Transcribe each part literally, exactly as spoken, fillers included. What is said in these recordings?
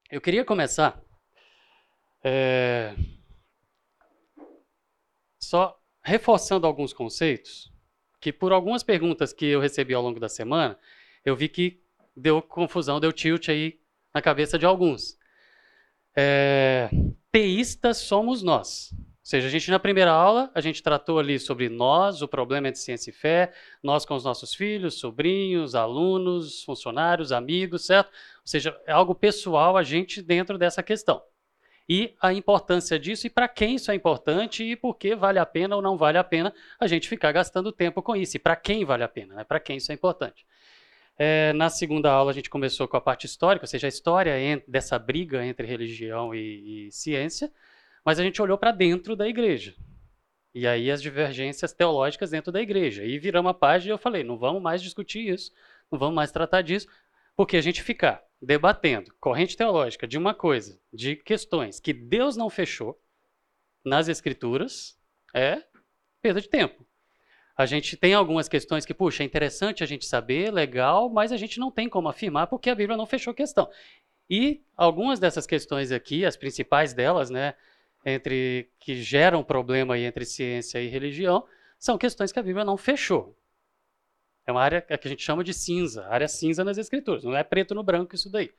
Eu queria começar é, só reforçando alguns conceitos que, por algumas perguntas que eu recebi ao longo da semana, eu vi que deu confusão, deu tilt aí na cabeça de alguns. É, teístas somos nós. Ou seja, a gente na primeira aula, a gente tratou ali sobre nós, o problema entre ciência e fé, nós com os nossos filhos, sobrinhos, alunos, funcionários, amigos, certo? Ou seja, é algo pessoal a gente dentro dessa questão. E a importância disso e para quem isso é importante e por que vale a pena ou não vale a pena a gente ficar gastando tempo com isso. E para quem vale a pena, né? Para quem isso é importante. É, na segunda aula a gente começou com a parte histórica, ou seja, a história en- dessa briga entre religião e, e ciência, mas a gente olhou para dentro da igreja. E aí as divergências teológicas dentro da igreja. E viramos a página e eu falei, não vamos mais discutir isso, não vamos mais tratar disso, porque a gente ficar debatendo corrente teológica de uma coisa, de questões que Deus não fechou nas escrituras, é perda de tempo. A gente tem algumas questões que, puxa, é interessante a gente saber, legal, mas a gente não tem como afirmar porque a Bíblia não fechou questão. E algumas dessas questões aqui, as principais delas, né, entre que geram problema aí entre ciência e religião, são questões que a Bíblia não fechou. É uma área que a gente chama de cinza, área cinza nas escrituras, não é preto no branco isso daí.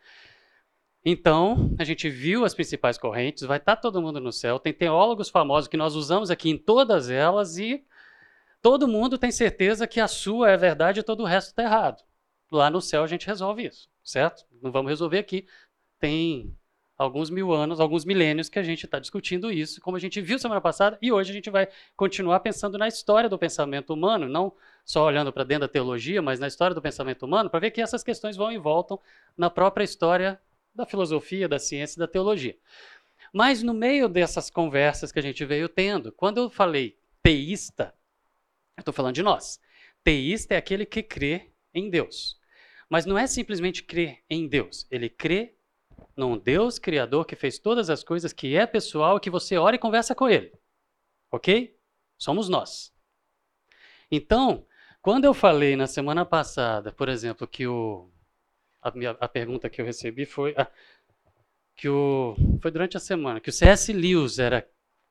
Então, a gente viu as principais correntes, vai estar todo mundo no céu, tem teólogos famosos que nós usamos aqui em todas elas e todo mundo tem certeza que a sua é verdade e todo o resto está errado. Lá no céu a gente resolve isso, certo? Não vamos resolver aqui. Tem alguns mil anos, alguns milênios que a gente está discutindo isso, como a gente viu semana passada, e hoje a gente vai continuar pensando na história do pensamento humano, não só olhando para dentro da teologia, mas na história do pensamento humano, para ver que essas questões vão e voltam na própria história da filosofia, da ciência e da teologia. Mas no meio dessas conversas que a gente veio tendo, quando eu falei teísta, eu estou falando de nós. Teísta é aquele que crê em Deus. Mas não é simplesmente crer em Deus. Ele crê num Deus criador que fez todas as coisas, que é pessoal e que você ora e conversa com ele. Ok? Somos nós. Então, quando eu falei na semana passada, por exemplo, que o, a, minha, a pergunta que eu recebi foi ah, que o foi durante a semana que o C S. Lewis era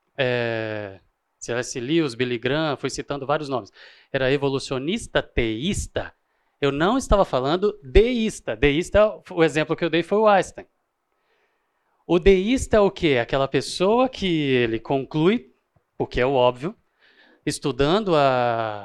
é, C S. Lewis, Billy Graham, fui citando vários nomes. Era evolucionista teísta. Eu não estava falando deísta. Deísta, o exemplo que eu dei foi o Einstein. O deísta é o quê? Aquela pessoa que ele conclui, porque é o óbvio, estudando a,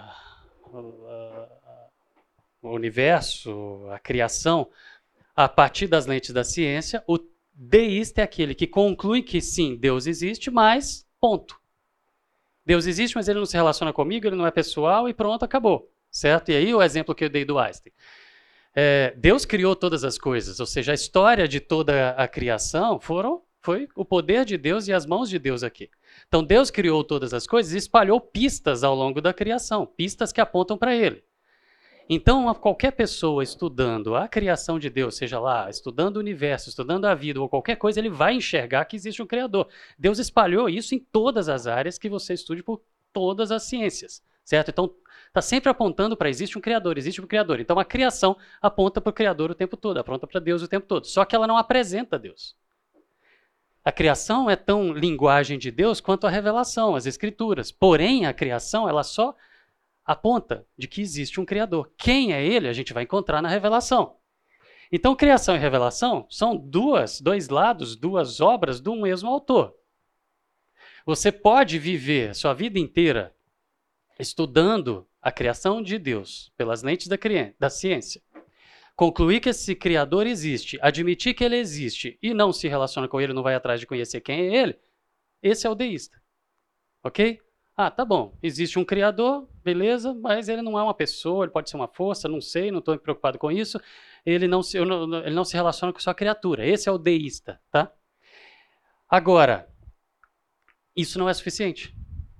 a, o universo, a criação, a partir das lentes da ciência. O deísta é aquele que conclui que sim, Deus existe, mas ponto. Deus existe, mas ele não se relaciona comigo, ele não é pessoal e pronto, acabou. Certo? E aí o exemplo que eu dei do Einstein. É, Deus criou todas as coisas, ou seja, a história de toda a criação foram, foi o poder de Deus e as mãos de Deus aqui. Então Deus criou todas as coisas e espalhou pistas ao longo da criação, pistas que apontam para ele. Então, qualquer pessoa estudando a criação de Deus, seja lá, estudando o universo, estudando a vida ou qualquer coisa, ele vai enxergar que existe um Criador. Deus espalhou isso em todas as áreas que você estude por todas as ciências, certo? Então, está sempre apontando para existe um Criador, existe um Criador. Então, a criação aponta para o Criador o tempo todo, aponta para Deus o tempo todo. Só que ela não apresenta Deus. A criação é tão linguagem de Deus quanto a revelação, as escrituras. Porém, a criação, ela só aponta de que existe um Criador. Quem é ele, a gente vai encontrar na revelação. Então, criação e revelação são duas, dois lados, duas obras do mesmo autor. Você pode viver sua vida inteira estudando a criação de Deus pelas lentes da, da ciência, concluir que esse Criador existe, admitir que ele existe e não se relaciona com ele, não vai atrás de conhecer quem é ele, esse é o deísta. Ok? Ah, tá bom, existe um Criador, beleza, mas ele não é uma pessoa, ele pode ser uma força, não sei, não estou preocupado com isso, ele não, se, ele não se relaciona com sua criatura, esse é o deísta, tá? Agora, isso não é suficiente.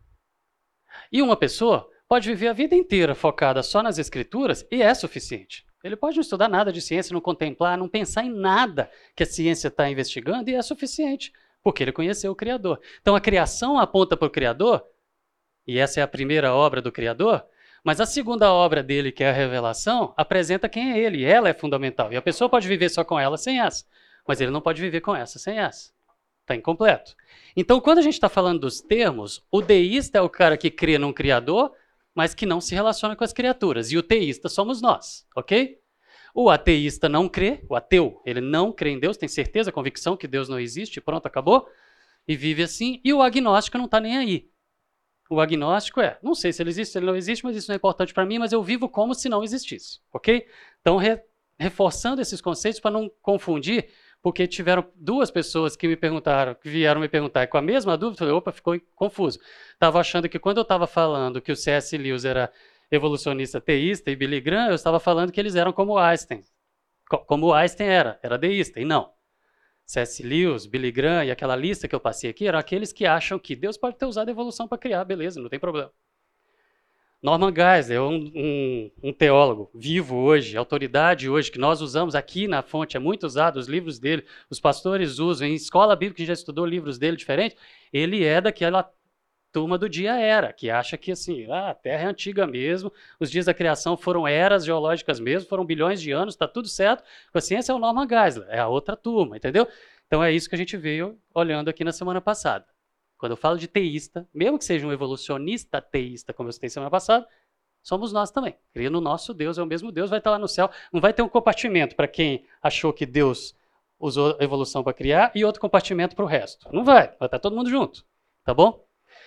E uma pessoa pode viver a vida inteira focada só nas escrituras e é suficiente. Ele pode não estudar nada de ciência, não contemplar, não pensar em nada que a ciência está investigando e é suficiente, porque ele conheceu o Criador. Então a criação aponta para o Criador, e essa é a primeira obra do Criador, mas a segunda obra dele, que é a revelação, apresenta quem é ele, e ela é fundamental. E a pessoa pode viver só com ela sem essa. mas ele não pode viver com essa sem essa. Está incompleto. Então, quando a gente está falando dos termos, o deísta é o cara que crê num criador, mas que não se relaciona com as criaturas. E o teísta somos nós, ok? O ateísta não crê, o ateu, ele não crê em Deus, tem certeza, convicção que Deus não existe, pronto, acabou, e vive assim. E o agnóstico não está nem aí. O agnóstico é, não sei se ele existe, se ele não existe, mas isso não é importante para mim, mas eu vivo como se não existisse, ok? Então, re, reforçando esses conceitos para não confundir, porque tiveram duas pessoas que me perguntaram, que vieram me perguntar com a mesma dúvida, eu falei, opa, ficou confuso. Estava achando que quando eu estava falando que o C S. Lewis era evolucionista teísta e Billy Graham, eu estava falando que eles eram como Einstein. Como Einstein era, era deísta, e não. C S. Lewis, Billy Graham e aquela lista que eu passei aqui eram aqueles que acham que Deus pode ter usado a evolução para criar, beleza, não tem problema. Norman Geisler é um, um, um teólogo vivo hoje, autoridade hoje, que nós usamos aqui na fonte, é muito usado, os livros dele, os pastores usam, em escola bíblica que já estudou livros dele diferentes, ele é daquela turma do dia era, que acha que assim, ah, a Terra é antiga mesmo, os dias da criação foram eras geológicas mesmo, foram bilhões de anos, está tudo certo. A ciência é o Norman Geisler, é a outra turma, entendeu? Então é isso que a gente veio olhando aqui na semana passada. Quando eu falo de teísta, mesmo que seja um evolucionista teísta, como eu citei semana passada, somos nós também. Cria no nosso Deus, é o mesmo Deus, vai estar lá no céu. Não vai ter um compartimento para quem achou que Deus usou a evolução para criar e outro compartimento para o resto. Não vai, vai estar todo mundo junto, tá bom?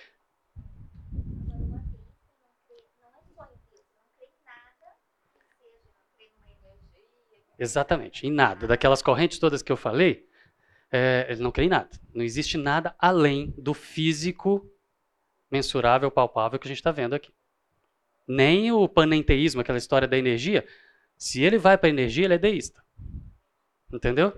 Exatamente, em nada. Daquelas correntes todas que eu falei, é, ele não crê em nada. Não existe nada além do físico mensurável, palpável que a gente está vendo aqui. Nem o panenteísmo, aquela história da energia, se ele vai para a energia, ele é deísta. Entendeu?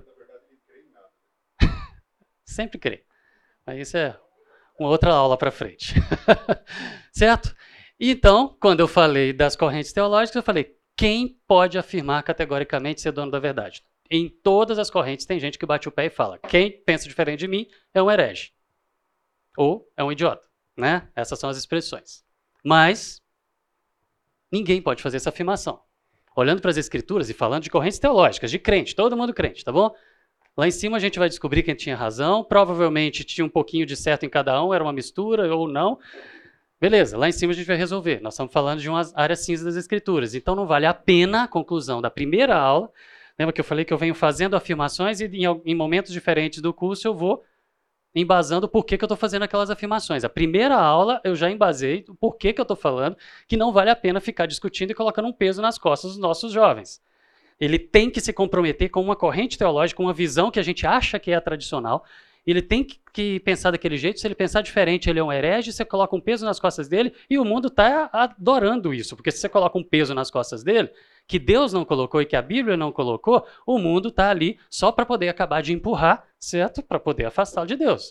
Sempre crê. Mas isso é uma outra aula para frente. Certo? Então, quando eu falei das correntes teológicas, eu falei, quem pode afirmar categoricamente ser dono da verdade? Em todas as correntes tem gente que bate o pé e fala, quem pensa diferente de mim é um herege. Ou é um idiota. Né? Essas são as expressões. Mas ninguém pode fazer essa afirmação. Olhando para as escrituras e falando de correntes teológicas, de crente, todo mundo crente, tá bom? Lá em cima a gente vai descobrir quem tinha razão, provavelmente tinha um pouquinho de certo em cada um, era uma mistura ou não. Beleza, lá em cima a gente vai resolver. Nós estamos falando de uma área cinza das escrituras, então não vale a pena a conclusão da primeira aula. Lembra que eu falei que eu venho fazendo afirmações e em, em momentos diferentes do curso eu vou embasando por que, que eu estou fazendo aquelas afirmações. A primeira aula eu já embasei o porquê que eu estou falando, que não vale a pena ficar discutindo e colocando um peso nas costas dos nossos jovens. Ele tem que se comprometer com uma corrente teológica, uma visão que a gente acha que é a tradicional. Ele tem que, que pensar daquele jeito. Se ele pensar diferente, ele é um herege, você coloca um peso nas costas dele e o mundo está adorando isso. Porque se você coloca um peso nas costas dele, que Deus não colocou e que a Bíblia não colocou, o mundo está ali só para poder acabar de empurrar, certo? Para poder afastá-lo de Deus.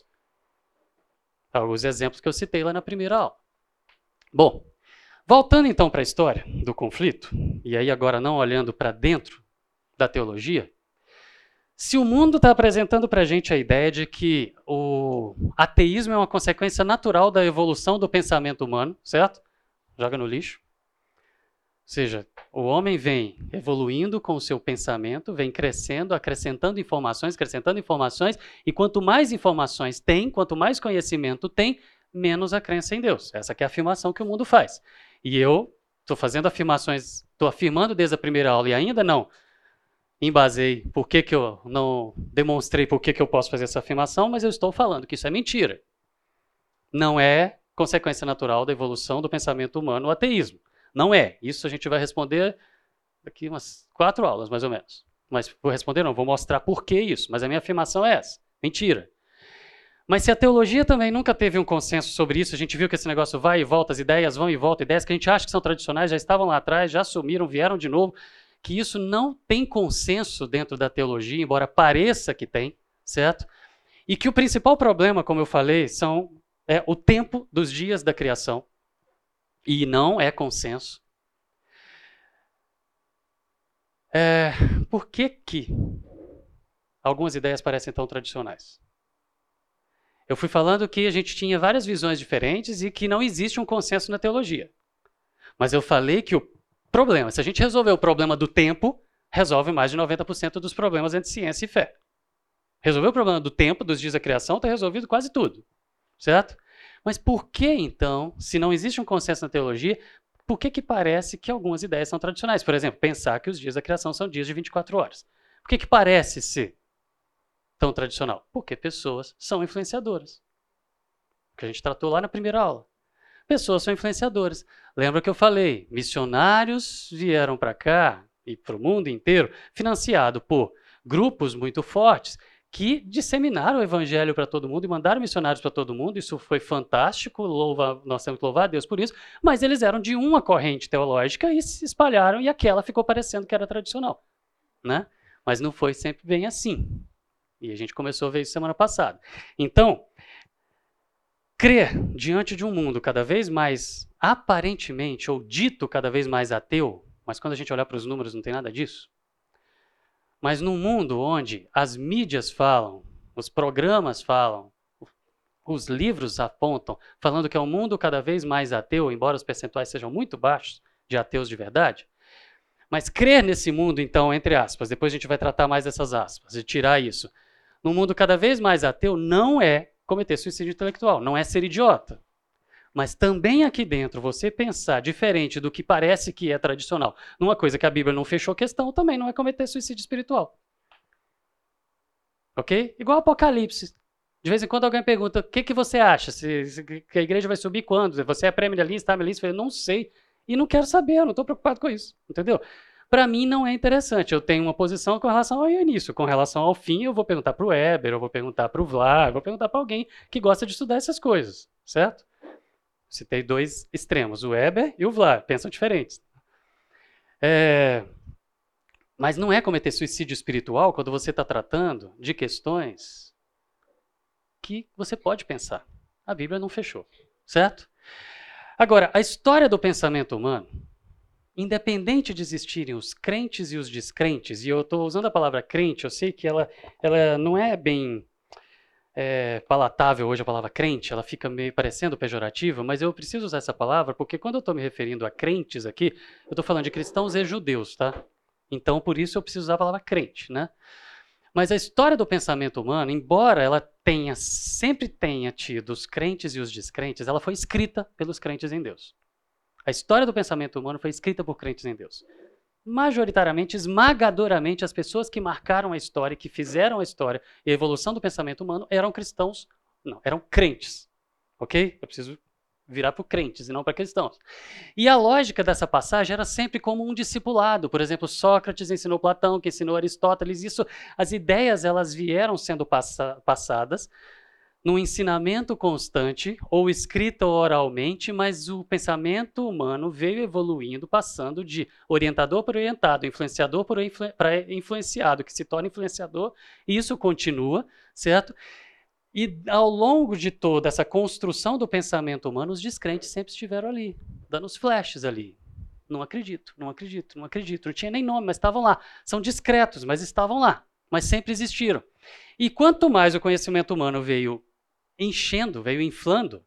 Alguns exemplos que eu citei lá na primeira aula. Bom, voltando então para a história do conflito, e aí agora não olhando para dentro da teologia, se o mundo está apresentando para a gente a ideia de que o ateísmo é uma consequência natural da evolução do pensamento humano, certo? Joga no lixo. Ou seja, o homem vem evoluindo com o seu pensamento, vem crescendo, acrescentando informações, acrescentando informações, e quanto mais informações tem, quanto mais conhecimento tem, menos a crença em Deus. Essa que é a afirmação que o mundo faz. E eu estou fazendo afirmações, estou afirmando desde a primeira aula e ainda não embasei por que, que eu não demonstrei por que, que eu posso fazer essa afirmação, mas eu estou falando que isso é mentira. Não é consequência natural da evolução do pensamento humano o ateísmo. Não é. Isso a gente vai responder daqui umas quatro aulas, mais ou menos. Mas vou responder não, vou mostrar por que isso. Mas a minha afirmação é essa. Mentira. Mas se a teologia também nunca teve um consenso sobre isso, a gente viu que esse negócio vai e volta, as ideias vão e voltam, ideias que a gente acha que são tradicionais, já estavam lá atrás, já sumiram, vieram de novo, que isso não tem consenso dentro da teologia, embora pareça que tem, certo? E que o principal problema, como eu falei, são, é o tempo dos dias da criação, e não é consenso. É, por que que algumas ideias parecem tão tradicionais? Eu fui falando que a gente tinha várias visões diferentes e que não existe um consenso na teologia. Mas eu falei que o problema, se a gente resolver o problema do tempo, resolve mais de noventa por cento dos problemas entre ciência e fé. Resolveu o problema do tempo, dos dias da criação, está resolvido quase tudo, certo? Mas por que, então, se não existe um consenso na teologia, por que que parece que algumas ideias são tradicionais? Por exemplo, pensar que os dias da criação são dias de vinte e quatro horas. Por que que parece ser tão tradicional? Porque pessoas são influenciadoras. Que a gente tratou lá na primeira aula. Pessoas são influenciadoras. Lembra que eu falei? Missionários vieram para cá e para o mundo inteiro, financiado por grupos muito fortes que disseminaram o evangelho para todo mundo e mandaram missionários para todo mundo. Isso foi fantástico, louva, nós temos que louvar a Deus por isso, mas eles eram de uma corrente teológica e se espalharam e aquela ficou parecendo que era tradicional, né? Mas não foi sempre bem assim. E a gente começou a ver isso semana passada. Então, crer diante de um mundo cada vez mais aparentemente, ou dito cada vez mais ateu, mas quando a gente olhar para os números não tem nada disso, mas num mundo onde as mídias falam, os programas falam, os livros apontam, falando que é um mundo cada vez mais ateu, embora os percentuais sejam muito baixos de ateus de verdade, mas crer nesse mundo, então, entre aspas, depois a gente vai tratar mais dessas aspas e tirar isso, num mundo cada vez mais ateu não é cometer suicídio intelectual, não é ser idiota. Mas também aqui dentro, você pensar diferente do que parece que é tradicional, numa coisa que a Bíblia não fechou questão, também não é cometer suicídio espiritual. Ok? Igual Apocalipse. De vez em quando alguém pergunta, o que, que você acha? Se, se, que a igreja vai subir quando? Você é pré-milenialista, está milenialista? Eu falei, não sei. E não quero saber, eu não estou preocupado com isso. Entendeu? Para mim não é interessante. Eu tenho uma posição com relação ao início. Com relação ao fim, eu vou perguntar para o Weber, eu vou perguntar para o Vlá, eu vou perguntar para alguém que gosta de estudar essas coisas. Certo? Citei dois extremos, o Weber e o Vlá, pensam diferentes. É, mas não é cometer suicídio espiritual quando você está tratando de questões que você pode pensar. A Bíblia não fechou, certo? Agora, a história do pensamento humano, independente de existirem os crentes e os descrentes, e eu estou usando a palavra crente, eu sei que ela, ela não é bem... É palatável hoje a palavra crente, ela fica meio parecendo pejorativa, mas eu preciso usar essa palavra porque quando eu estou me referindo a crentes aqui, eu estou falando de cristãos e judeus, tá? Então, por isso eu preciso usar a palavra crente, né? Mas a história do pensamento humano, embora ela tenha, sempre tenha tido os crentes e os descrentes, ela foi escrita pelos crentes em Deus. A história do pensamento humano foi escrita por crentes em Deus. Majoritariamente, esmagadoramente, as pessoas que marcaram a história, que fizeram a história e a evolução do pensamento humano eram cristãos, não, eram crentes, ok? Eu preciso virar para crentes e não para cristãos. E a lógica dessa passagem era sempre como um discipulado. Por exemplo, Sócrates ensinou Platão, que ensinou Aristóteles, isso, as ideias elas vieram sendo passa, passadas num ensinamento constante, ou escrita oralmente, mas o pensamento humano veio evoluindo, passando de orientador para orientado, influenciador para influ influenciado, que se torna influenciador, e isso continua, certo? E ao longo de toda essa construção do pensamento humano, os descrentes sempre estiveram ali, dando os flashes ali. Não acredito, não acredito, não acredito. Não tinha nem nome, mas estavam lá. São discretos, mas estavam lá. Mas sempre existiram. E quanto mais o conhecimento humano veio enchendo, veio inflando,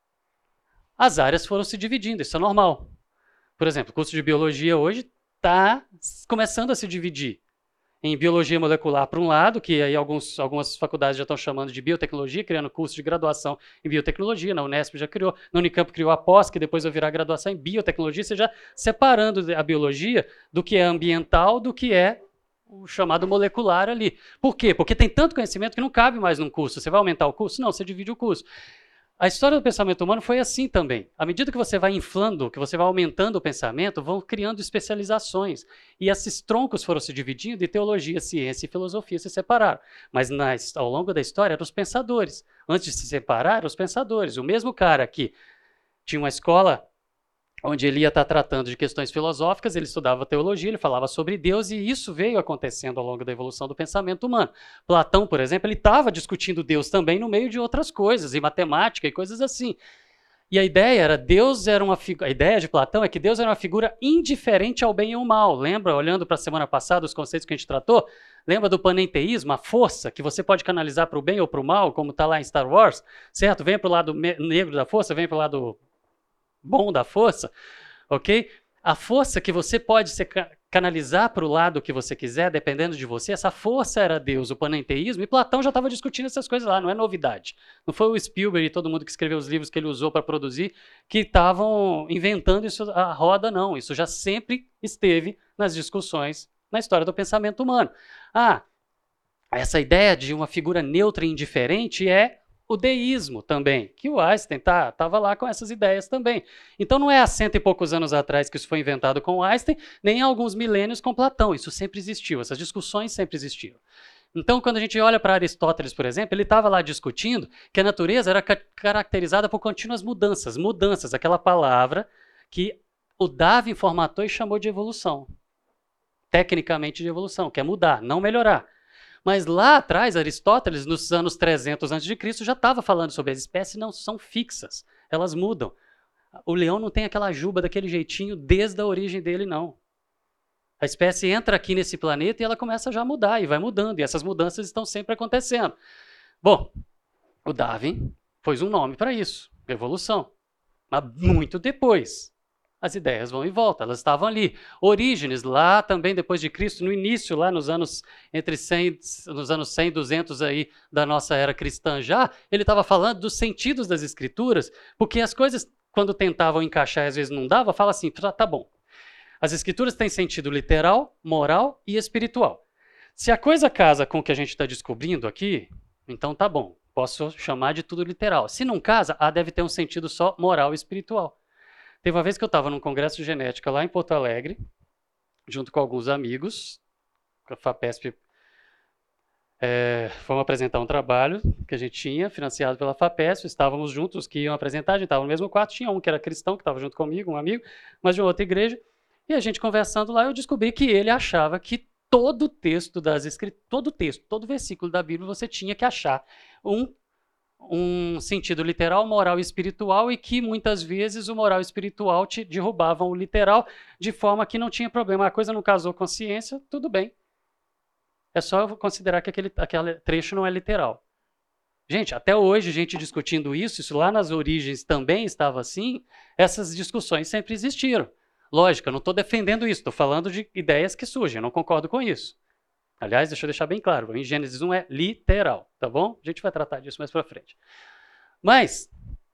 as áreas foram se dividindo, isso é normal. Por exemplo, o curso de biologia hoje está começando a se dividir em biologia molecular para um lado, que aí alguns, algumas faculdades já estão chamando de biotecnologia, criando curso de graduação em biotecnologia, na Unesp já criou, na Unicamp criou a pós, que depois vai virar graduação em biotecnologia, você já separando a biologia do que é ambiental, do que é o chamado molecular ali. Por quê? Porque tem tanto conhecimento que não cabe mais num curso. Você vai aumentar o curso? Não, você divide o curso. A história do pensamento humano foi assim também. À medida que você vai inflando, que você vai aumentando o pensamento, vão criando especializações. E esses troncos foram se dividindo e teologia, ciência e filosofia se separaram. Mas na, ao longo da história eram os pensadores. Antes de se separar, eram os pensadores. O mesmo cara que tinha uma escola onde ele ia estar tratando de questões filosóficas, ele estudava teologia, ele falava sobre Deus, e isso veio acontecendo ao longo da evolução do pensamento humano. Platão, por exemplo, ele estava discutindo Deus também no meio de outras coisas, e matemática e coisas assim. E a ideia era, Deus era uma figura, a ideia de Platão é que Deus era uma figura indiferente ao bem e ao mal. Lembra, olhando para a semana passada, os conceitos que a gente tratou? Lembra do panenteísmo, a força que você pode canalizar para o bem ou para o mal, como está lá em Star Wars, certo? Vem para o lado negro da força, vem para o lado bom da força, ok? a força que você pode se canalizar para o lado que você quiser, dependendo de você, essa força era Deus, o panenteísmo, e Platão já estava discutindo essas coisas lá, não é novidade. Não foi o Spielberg e todo mundo que escreveu os livros que ele usou para produzir que estavam inventando isso a roda, não. Isso já sempre esteve nas discussões na história do pensamento humano. Ah, essa ideia de uma figura neutra e indiferente é o deísmo também, que o Einstein estava tá, lá com essas ideias também. Então não é há cento e poucos anos atrás que isso foi inventado com Einstein, nem há alguns milênios com Platão. Isso sempre existiu, essas discussões sempre existiram. Então, quando a gente olha para Aristóteles, por exemplo, ele estava lá discutindo que a natureza era ca caracterizada por contínuas mudanças. Mudanças, aquela palavra que o Darwin formatou e chamou de evolução. Tecnicamente de evolução, que é mudar, não melhorar. Mas lá atrás, Aristóteles, nos anos trezentos antes de Cristo, já estava falando sobre as espécies não são fixas, elas mudam. O leão não tem aquela juba daquele jeitinho desde a origem dele, não. A espécie entra aqui nesse planeta e ela começa já a mudar, e vai mudando, e essas mudanças estão sempre acontecendo. Bom, o Darwin pôs um nome para isso, evolução. Mas muito depois. As ideias vão e voltam, elas estavam ali. Orígenes, lá também depois de Cristo, no início, lá nos anos entre cem, nos anos cem e duzentos aí da nossa era cristã já, ele estava falando dos sentidos das escrituras, porque as coisas, quando tentavam encaixar e às vezes não dava, fala assim, tá, tá bom. As escrituras têm sentido literal, moral e espiritual. Se a coisa casa com o que a gente está descobrindo aqui, então tá bom, posso chamar de tudo literal. Se não casa, ah, deve ter um sentido só moral e espiritual. Teve uma vez que eu estava num congresso de genética lá em Porto Alegre, junto com alguns amigos, a FAPESP, é, fomos apresentar um trabalho que a gente tinha, financiado pela FAPESP, estávamos juntos, que iam apresentar, a gente estava no mesmo quarto, tinha um que era cristão, que estava junto comigo, um amigo, mas de uma outra igreja, e a gente conversando lá, eu descobri que ele achava que todo texto das escrituras, todo texto, todo versículo da Bíblia, você tinha que achar um um sentido literal, moral e espiritual, e que muitas vezes o moral e espiritual te derrubavam o literal, de forma que não tinha problema. A coisa não casou com a ciência, tudo bem. É só considerar que aquele, aquele trecho não é literal. Gente, até hoje, gente discutindo isso, isso lá nas origens também estava assim, essas discussões sempre existiram. Lógico, eu não estou defendendo isso, estou falando de ideias que surgem, eu não concordo com isso. Aliás, deixa eu deixar bem claro, em Gênesis um é literal, tá bom? A gente vai tratar disso mais para frente. Mas,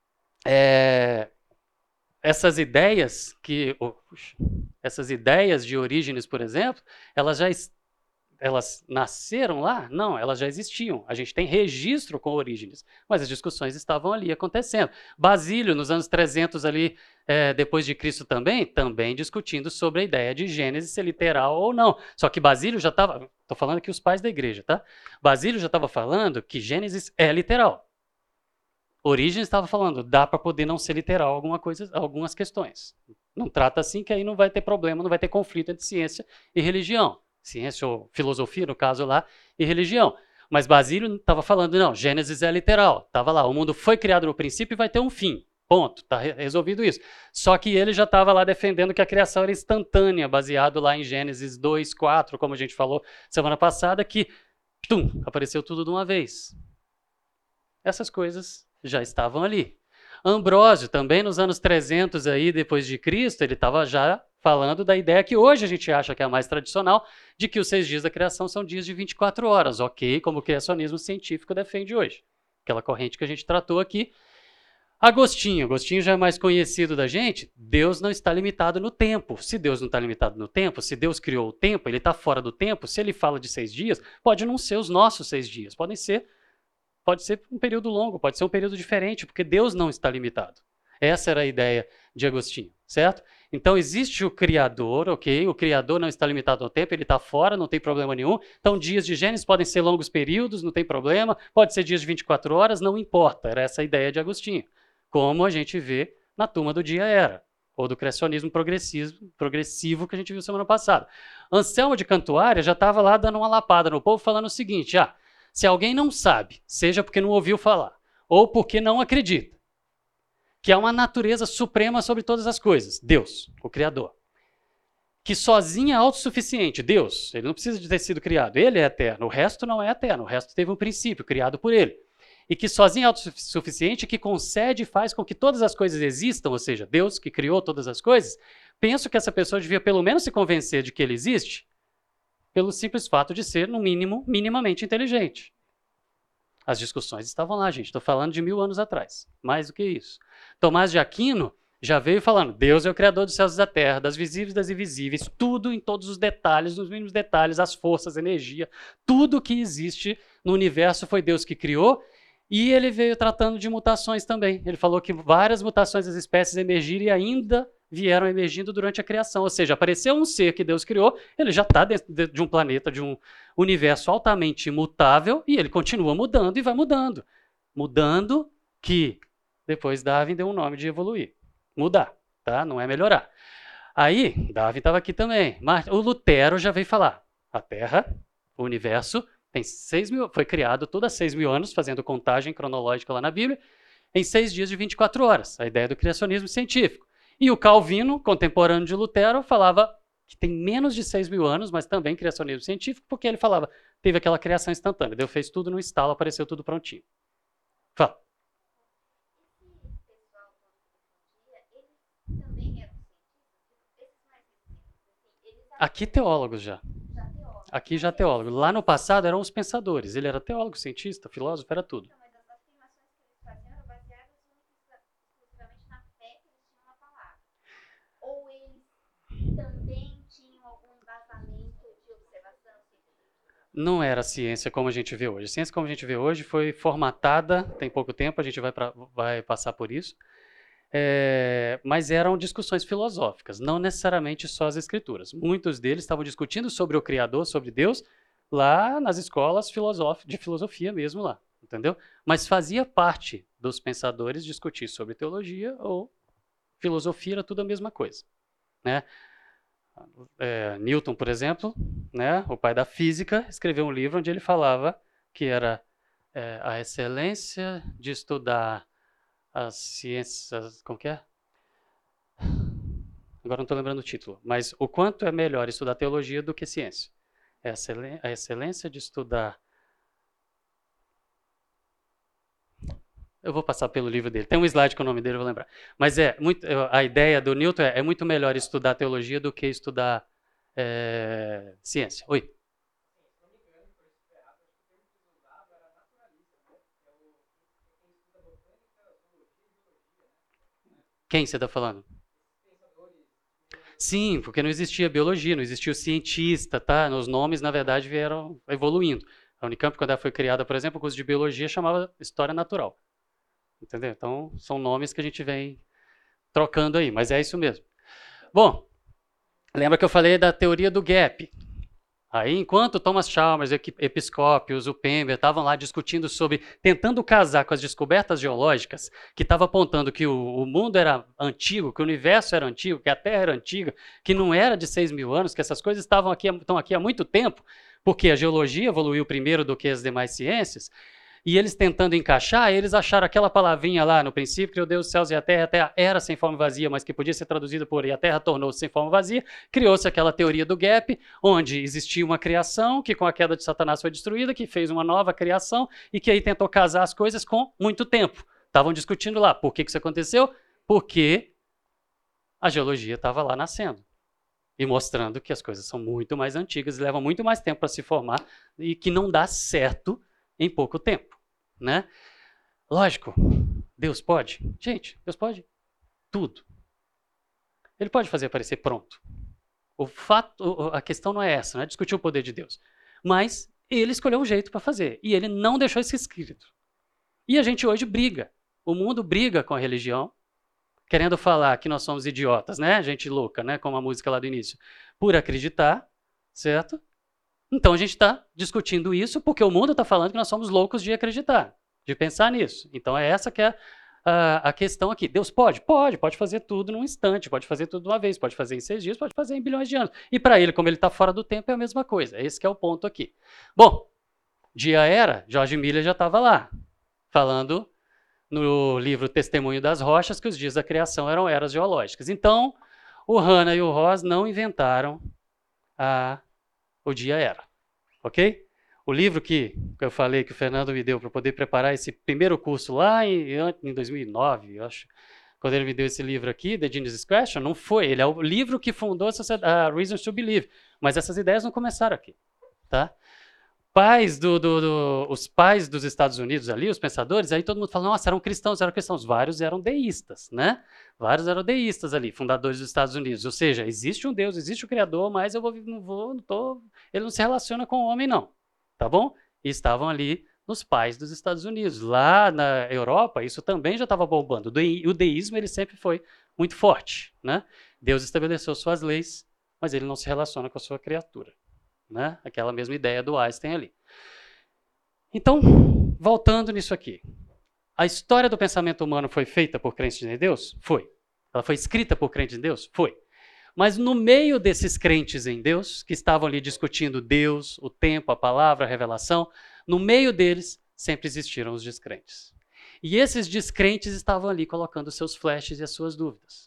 é, essas ideias que, oh, puxa, essas ideias de Orígenes, por exemplo, elas já elas nasceram lá? Não, elas já existiam. A gente tem registro com Orígenes, mas as discussões estavam ali acontecendo. Basílio, nos anos trezentos ali, é, depois de Cristo também, também discutindo sobre a ideia de Gênesis ser literal ou não. Só que Basílio já estava, estou falando aqui os pais da igreja, tá? Basílio já estava falando que Gênesis é literal. Orígenes estava falando, dá para poder não ser literal alguma coisa, algumas questões. Não trata assim que aí não vai ter problema, não vai ter conflito entre ciência e religião. Ciência ou filosofia, no caso lá, e religião. Mas Basílio estava falando, não, Gênesis é literal. Estava lá, o mundo foi criado no princípio e vai ter um fim. Ponto, está resolvido isso. Só que ele já estava lá defendendo que a criação era instantânea, baseado lá em Gênesis dois, quatro, como a gente falou semana passada, que tum, apareceu tudo de uma vez. Essas coisas já estavam ali. Ambrósio, também nos anos trezentos aí, depois de Cristo, ele estava já falando da ideia que hoje a gente acha que é a mais tradicional, de que os seis dias da criação são dias de vinte e quatro horas, ok? Como o criacionismo científico defende hoje. Aquela corrente que a gente tratou aqui. Agostinho, Agostinho já é mais conhecido da gente, Deus não está limitado no tempo. Se Deus não está limitado no tempo, se Deus criou o tempo, ele está fora do tempo, se ele fala de seis dias, pode não ser os nossos seis dias, podem ser, pode ser um período longo, pode ser um período diferente, porque Deus não está limitado. Essa era a ideia de Agostinho, certo? Então existe o Criador, ok? O Criador não está limitado no tempo, ele está fora, não tem problema nenhum. Então dias de Gênesis podem ser longos períodos, não tem problema. Pode ser dias de vinte e quatro horas, não importa. Era essa a ideia de Agostinho. Como a gente vê na Turma do Dia Era, ou do criacionismo progressivo, progressivo que a gente viu semana passada. Anselmo de Cantuária já estava lá dando uma lapada no povo, falando o seguinte, ah, se alguém não sabe, seja porque não ouviu falar, ou porque não acredita, que há uma natureza suprema sobre todas as coisas, Deus, o Criador, que sozinho é autossuficiente, Deus, ele não precisa de ter sido criado, ele é eterno, o resto não é eterno, o resto teve um princípio criado por ele. e que sozinho é autossuficiente, que concede e faz com que todas as coisas existam, ou seja, Deus que criou todas as coisas, penso que essa pessoa devia pelo menos se convencer de que ele existe pelo simples fato de ser, no mínimo, minimamente inteligente. As discussões estavam lá, gente. Estou falando de mil anos atrás. Mais do que isso. Tomás de Aquino já veio falando, Deus é o criador dos céus e da terra, das visíveis e das invisíveis, tudo em todos os detalhes, nos mínimos detalhes, as forças, a energia, tudo que existe no universo foi Deus que criou, e ele veio tratando de mutações também. Ele falou que várias mutações das espécies emergiram e ainda vieram emergindo durante a criação, ou seja, apareceu um ser que Deus criou, ele já está dentro de um planeta, de um universo altamente imutável, e ele continua mudando e vai mudando. Mudando que depois Darwin deu um nome de evoluir. Mudar, tá? Não é melhorar. Aí, Darwin estava aqui também. Mas o Lutero já veio falar. A Terra, o universo, tem seis mil, foi criado toda seis mil anos, fazendo contagem cronológica lá na Bíblia, em seis dias de vinte e quatro horas. A ideia do criacionismo científico. E o Calvino, contemporâneo de Lutero, falava que tem menos de seis mil anos, mas também criacionismo científico, porque ele falava, teve aquela criação instantânea. Deus fez tudo no estalo, apareceu tudo prontinho. Fala. Aqui teólogos já. Aqui já teólogos. Lá no passado eram os pensadores. Ele era teólogo, cientista, filósofo, era tudo. Mas as afirmações que eles faziam eram baseadas exclusivamente na fé que eles tinham na palavra. Ou eles também tinham algum embasamento de observação científica? Não era ciência como a gente vê hoje. A ciência como a gente vê hoje foi formatada, tem pouco tempo, a gente vai, pra, vai passar por isso. É, mas eram discussões filosóficas, não necessariamente só as escrituras. Muitos deles estavam discutindo sobre o Criador, sobre Deus, lá nas escolas de filosofia mesmo lá, entendeu? Mas fazia parte dos pensadores discutir sobre teologia ou filosofia, era tudo a mesma coisa, né? É, Newton, por exemplo, né, o pai da física, escreveu um livro onde ele falava que era é, a excelência de estudar as ciências, como que é? Agora não estou lembrando o título, mas o quanto é melhor estudar teologia do que ciência. É a excelência de estudar... Eu vou passar pelo livro dele. Tem um slide com o nome dele, eu vou lembrar. Mas é muito, a ideia do Newton é, é muito melhor estudar teologia do que estudar é, ciência. Oi? Quem você está falando? Sim, porque não existia biologia, não existia o cientista, tá? Os nomes, na verdade, vieram evoluindo. A Unicamp, quando ela foi criada, por exemplo, o curso de biologia chamava História Natural. Entendeu? Então, são nomes que a gente vem trocando aí, mas é isso mesmo. Bom, lembra que eu falei da teoria do gap? Aí, enquanto Thomas Chalmers, Episcópios, o Pember estavam lá discutindo sobre, tentando casar com as descobertas geológicas, que estavam apontando que o, o mundo era antigo, que o universo era antigo, que a Terra era antiga, que não era de seis mil anos, que essas coisas estavam aqui, estão aqui há muito tempo, porque a geologia evoluiu primeiro do que as demais ciências, e eles tentando encaixar, eles acharam aquela palavrinha lá no princípio, criou Deus os céus e a terra, a terra era sem forma e vazia, mas que podia ser traduzida por e a terra tornou-se sem forma e vazia, criou-se aquela teoria do gap, onde existia uma criação, que com a queda de Satanás foi destruída, que fez uma nova criação, e que aí tentou casar as coisas com muito tempo. Estavam discutindo lá, por que, que isso aconteceu? Porque a geologia estava lá nascendo, e mostrando que as coisas são muito mais antigas, e levam muito mais tempo para se formar, e que não dá certo em pouco tempo, né? Lógico, Deus pode? Gente, Deus pode tudo. Ele pode fazer aparecer pronto. O fato, a questão não é essa, não é discutir o poder de Deus. Mas ele escolheu um jeito para fazer, e ele não deixou isso escrito. E a gente hoje briga. O mundo briga com a religião, querendo falar que nós somos idiotas, né? Gente louca, né? Como a música lá do início. Por acreditar, certo? Então a gente está discutindo isso porque o mundo está falando que nós somos loucos de acreditar, de pensar nisso. Então é essa que é a, a questão aqui. Deus pode? Pode, pode fazer tudo num instante, pode fazer tudo de uma vez, pode fazer em seis dias, pode fazer em bilhões de anos. E para ele, como ele está fora do tempo, é a mesma coisa. Esse que é o ponto aqui. Bom, dia era, George Miller já estava lá, falando no livro Testemunho das Rochas que os dias da criação eram eras geológicas. Então, o Hanna e o Ross não inventaram a... o dia era, ok? O livro que eu falei, que o Fernando me deu para poder preparar esse primeiro curso lá em, em dois mil e nove, eu acho, quando ele me deu esse livro aqui, The Genius Question, não foi. Ele é o livro que fundou a, a Reasons to Believe. Mas essas ideias não começaram aqui. Tá? Pais do, do, do, os pais dos Estados Unidos ali, os pensadores, aí todo mundo fala, nossa, eram cristãos, eram cristãos. Vários eram deístas, né? Vários eram deístas ali, fundadores dos Estados Unidos. Ou seja, existe um Deus, existe o Criador, mas eu vou, não vou, não tô, ele não se relaciona com o homem, não. Tá bom? E estavam ali nos pais dos Estados Unidos. Lá na Europa, isso também já estava bombando. O deísmo ele sempre foi muito forte, né? Deus estabeleceu suas leis, mas ele não se relaciona com a sua criatura, né? Aquela mesma ideia do Einstein ali. Então, voltando nisso aqui. A história do pensamento humano foi feita por crentes em Deus? Foi. Ela foi escrita por crentes em Deus? Foi. Mas no meio desses crentes em Deus, que estavam ali discutindo Deus, o tempo, a palavra, a revelação, no meio deles sempre existiram os descrentes. E esses descrentes estavam ali colocando seus flashes e as suas dúvidas.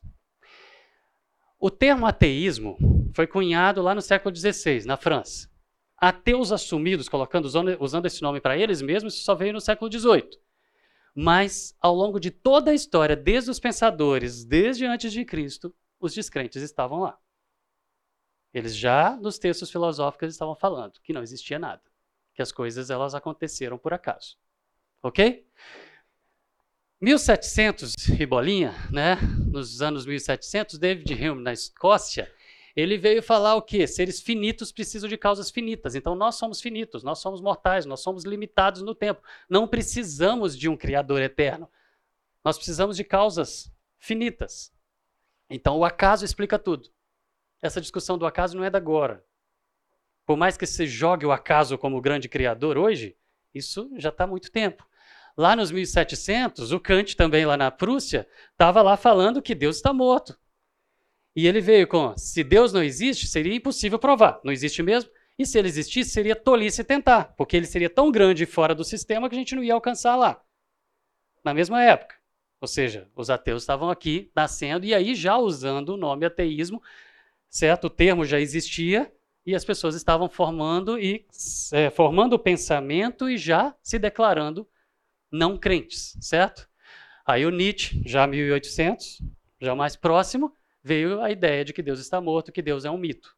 O termo ateísmo foi cunhado lá no século dezesseis, na França. Ateus assumidos, colocando, usando esse nome para eles mesmos, isso só veio no século dezoito. Mas, ao longo de toda a história, desde os pensadores, desde antes de Cristo, os descrentes estavam lá. Eles já, nos textos filosóficos, estavam falando que não existia nada, que as coisas elas aconteceram por acaso. Ok? mil e setecentos e bolinha, né? Nos anos mil e setecentos, David Hume, na Escócia, ele veio falar o quê? Seres finitos precisam de causas finitas. Então, nós somos finitos, nós somos mortais, nós somos limitados no tempo. Não precisamos de um Criador eterno. Nós precisamos de causas finitas. Então, o acaso explica tudo. Essa discussão do acaso não é da agora. Por mais que se jogue o acaso como grande criador hoje, isso já está há muito tempo. Lá nos mil e setecentos, o Kant, também lá na Prússia, estava lá falando que Deus está morto. E ele veio com, se Deus não existe, seria impossível provar. Não existe mesmo? E se ele existisse, seria tolice tentar, porque ele seria tão grande fora do sistema que a gente não ia alcançar lá. Na mesma época. Ou seja, os ateus estavam aqui nascendo e aí já usando o nome ateísmo, certo? O termo já existia e as pessoas estavam formando e é, formando o pensamento e já se declarando não crentes, certo? Aí o Nietzsche, já mil e oitocentos, já mais próximo, veio a ideia de que Deus está morto, que Deus é um mito.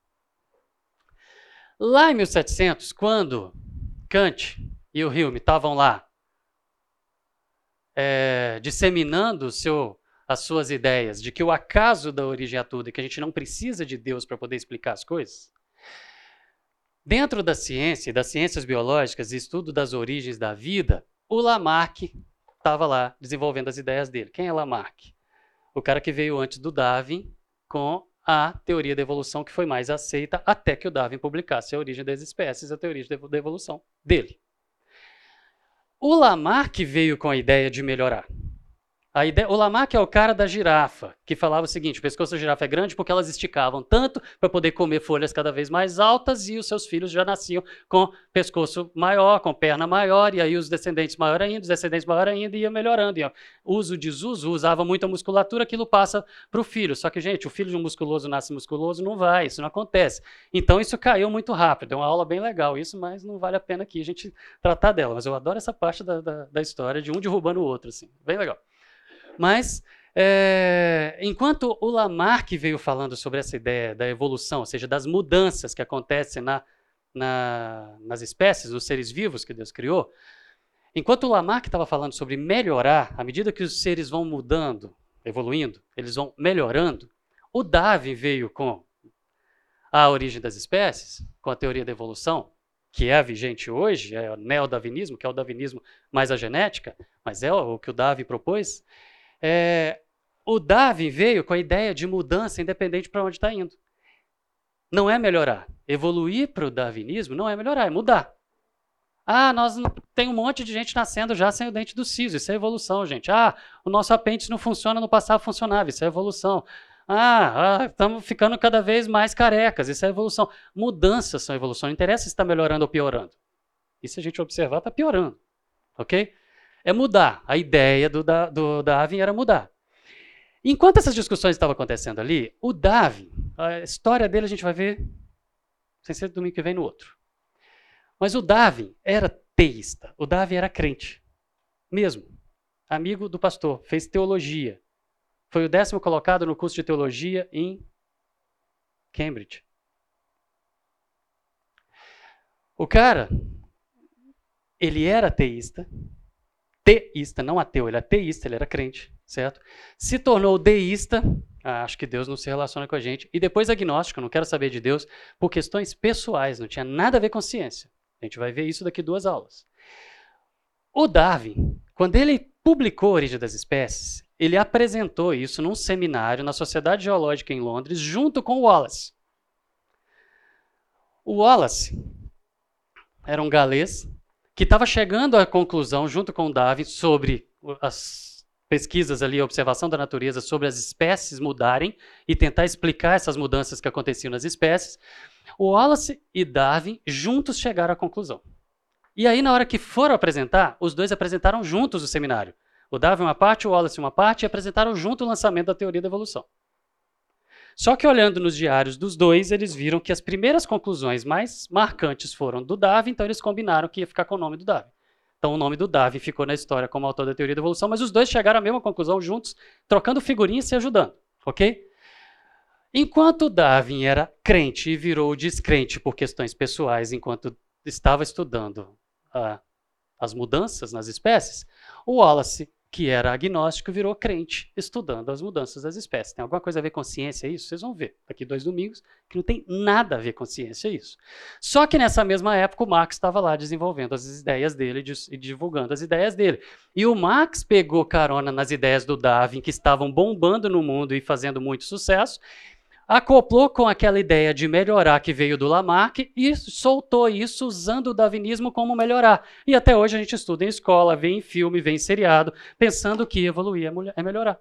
Lá em mil e setecentos, quando Kant e o Hume estavam lá É, disseminando seu, as suas ideias de que o acaso dá origem a tudo e que a gente não precisa de Deus para poder explicar as coisas, dentro da ciência, das ciências biológicas e estudo das origens da vida, o Lamarck estava lá desenvolvendo as ideias dele. Quem é Lamarck? O cara que veio antes do Darwin com a teoria da evolução que foi mais aceita até que o Darwin publicasse a origem das espécies, a teoria da evolução dele. O Lamarck veio com a ideia de melhorar. A ideia, o Lamarck é o cara da girafa, que falava o seguinte, o pescoço da girafa é grande porque elas esticavam tanto para poder comer folhas cada vez mais altas e os seus filhos já nasciam com pescoço maior, com perna maior, e aí os descendentes maior ainda, os descendentes maior ainda, e ia melhorando. Ia. Uso, desuso, usava muita musculatura, aquilo passa para o filho. Só que, gente, o filho de um musculoso nasce musculoso, não vai, isso não acontece. Então, isso caiu muito rápido. É uma aula bem legal isso, mas não vale a pena aqui a gente tratar dela. Mas eu adoro essa parte da, da, da história de um derrubando o outro, assim. Bem legal. Mas, é, enquanto o Lamarck veio falando sobre essa ideia da evolução, ou seja, das mudanças que acontecem na, na, nas espécies, nos seres vivos que Deus criou, enquanto o Lamarck estava falando sobre melhorar, à medida que os seres vão mudando, evoluindo, eles vão melhorando, o Darwin veio com a origem das espécies, com a teoria da evolução, que é a vigente hoje, é o neodarwinismo, que é o darwinismo mais a genética, mas é o que o Darwin propôs. É, o Darwin veio com a ideia de mudança independente para onde está indo. Não é melhorar. Evoluir para o darwinismo não é melhorar, é mudar. Ah, nós não, tem um monte de gente nascendo já sem o dente do siso, isso é evolução, gente. Ah, o nosso apêndice não funciona, no passado funcionava, isso é evolução. Ah, ah, estamos ficando cada vez mais carecas, isso é evolução. Mudanças são evolução, não interessa se está melhorando ou piorando. E se a gente observar, está piorando, ok? É mudar. A ideia do, do Darwin era mudar. Enquanto essas discussões estavam acontecendo ali, o Darwin, a história dele a gente vai ver sem ser domingo que vem no outro. Mas o Darwin era teísta, o Darwin era crente, mesmo. Amigo do pastor, fez teologia. Foi o décimo colocado no curso de teologia em Cambridge. O cara, ele era teísta, teísta, não ateu, ele era teísta, ele era crente, certo? Se tornou deísta, ah, acho que Deus não se relaciona com a gente, e depois agnóstico, não quero saber de Deus, por questões pessoais, não tinha nada a ver com ciência. A gente vai ver isso daqui duas aulas. O Darwin, quando ele publicou A Origem das Espécies, ele apresentou isso num seminário na Sociedade Geológica em Londres, junto com o Wallace. O Wallace era um galês que estava chegando à conclusão, junto com o Darwin, sobre as pesquisas ali, a observação da natureza, sobre as espécies mudarem e tentar explicar essas mudanças que aconteciam nas espécies. O Wallace e Darwin juntos chegaram à conclusão. E aí, na hora que foram apresentar, os dois apresentaram juntos o seminário. O Darwin uma parte, o Wallace uma parte, e apresentaram junto o lançamento da teoria da evolução. Só que olhando nos diários dos dois, eles viram que as primeiras conclusões mais marcantes foram do Darwin, então eles combinaram que ia ficar com o nome do Darwin. Então o nome do Darwin ficou na história como autor da teoria da evolução, mas os dois chegaram à mesma conclusão juntos, trocando figurinhas e se ajudando, ok? Enquanto Darwin era crente e virou descrente por questões pessoais enquanto estava estudando uh, as mudanças nas espécies, o Wallace, que era agnóstico, virou crente estudando as mudanças das espécies. Tem alguma coisa a ver com ciência isso? Vocês vão ver daqui dois domingos que não tem nada a ver com ciência isso. Só que nessa mesma época o Marx estava lá desenvolvendo as ideias dele e divulgando as ideias dele. E o Marx pegou carona nas ideias do Darwin, que estavam bombando no mundo e fazendo muito sucesso, acoplou com aquela ideia de melhorar que veio do Lamarck e soltou isso usando o darwinismo como melhorar. E até hoje a gente estuda em escola, vê em filme, vê em seriado, pensando que evoluir é melhorar.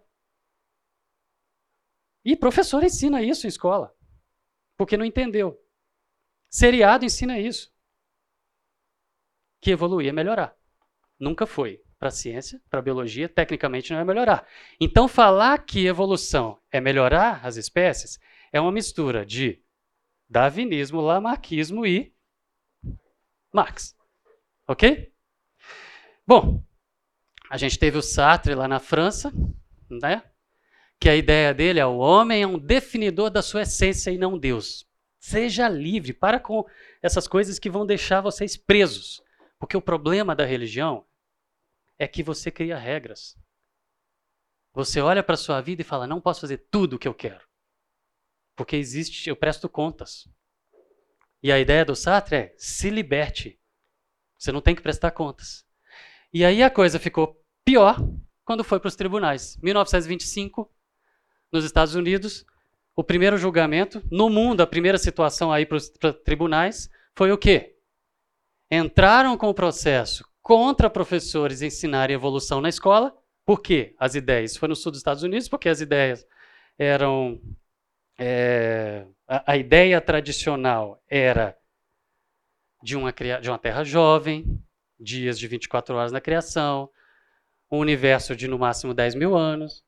E professor ensina isso em escola, porque não entendeu. Seriado ensina isso, que evoluir é melhorar. Nunca foi. Para a ciência, para a biologia, tecnicamente não é melhorar. Então falar que evolução é melhorar as espécies é uma mistura de darwinismo, lamarquismo e Marx. Ok? Bom, a gente teve o Sartre lá na França, né? Que a ideia dele é o homem é um definidor da sua essência e não Deus. Seja livre, para com essas coisas que vão deixar vocês presos. Porque o problema da religião é que você cria regras. Você olha para a sua vida e fala, não posso fazer tudo o que eu quero. Porque existe, eu presto contas. E a ideia do Sartre é, se liberte. Você não tem que prestar contas. E aí a coisa ficou pior quando foi para os tribunais. mil novecentos e vinte e cinco, nos Estados Unidos, o primeiro julgamento, no mundo, a primeira situação aí para os tribunais, foi o quê? Entraram com o processo contra professores ensinarem evolução na escola. Por quê? As ideias. Foi no sul dos Estados Unidos, porque as ideias eram... É, a, a ideia tradicional era de uma, de uma terra jovem, dias de vinte e quatro horas na criação, um universo de no máximo dez mil anos.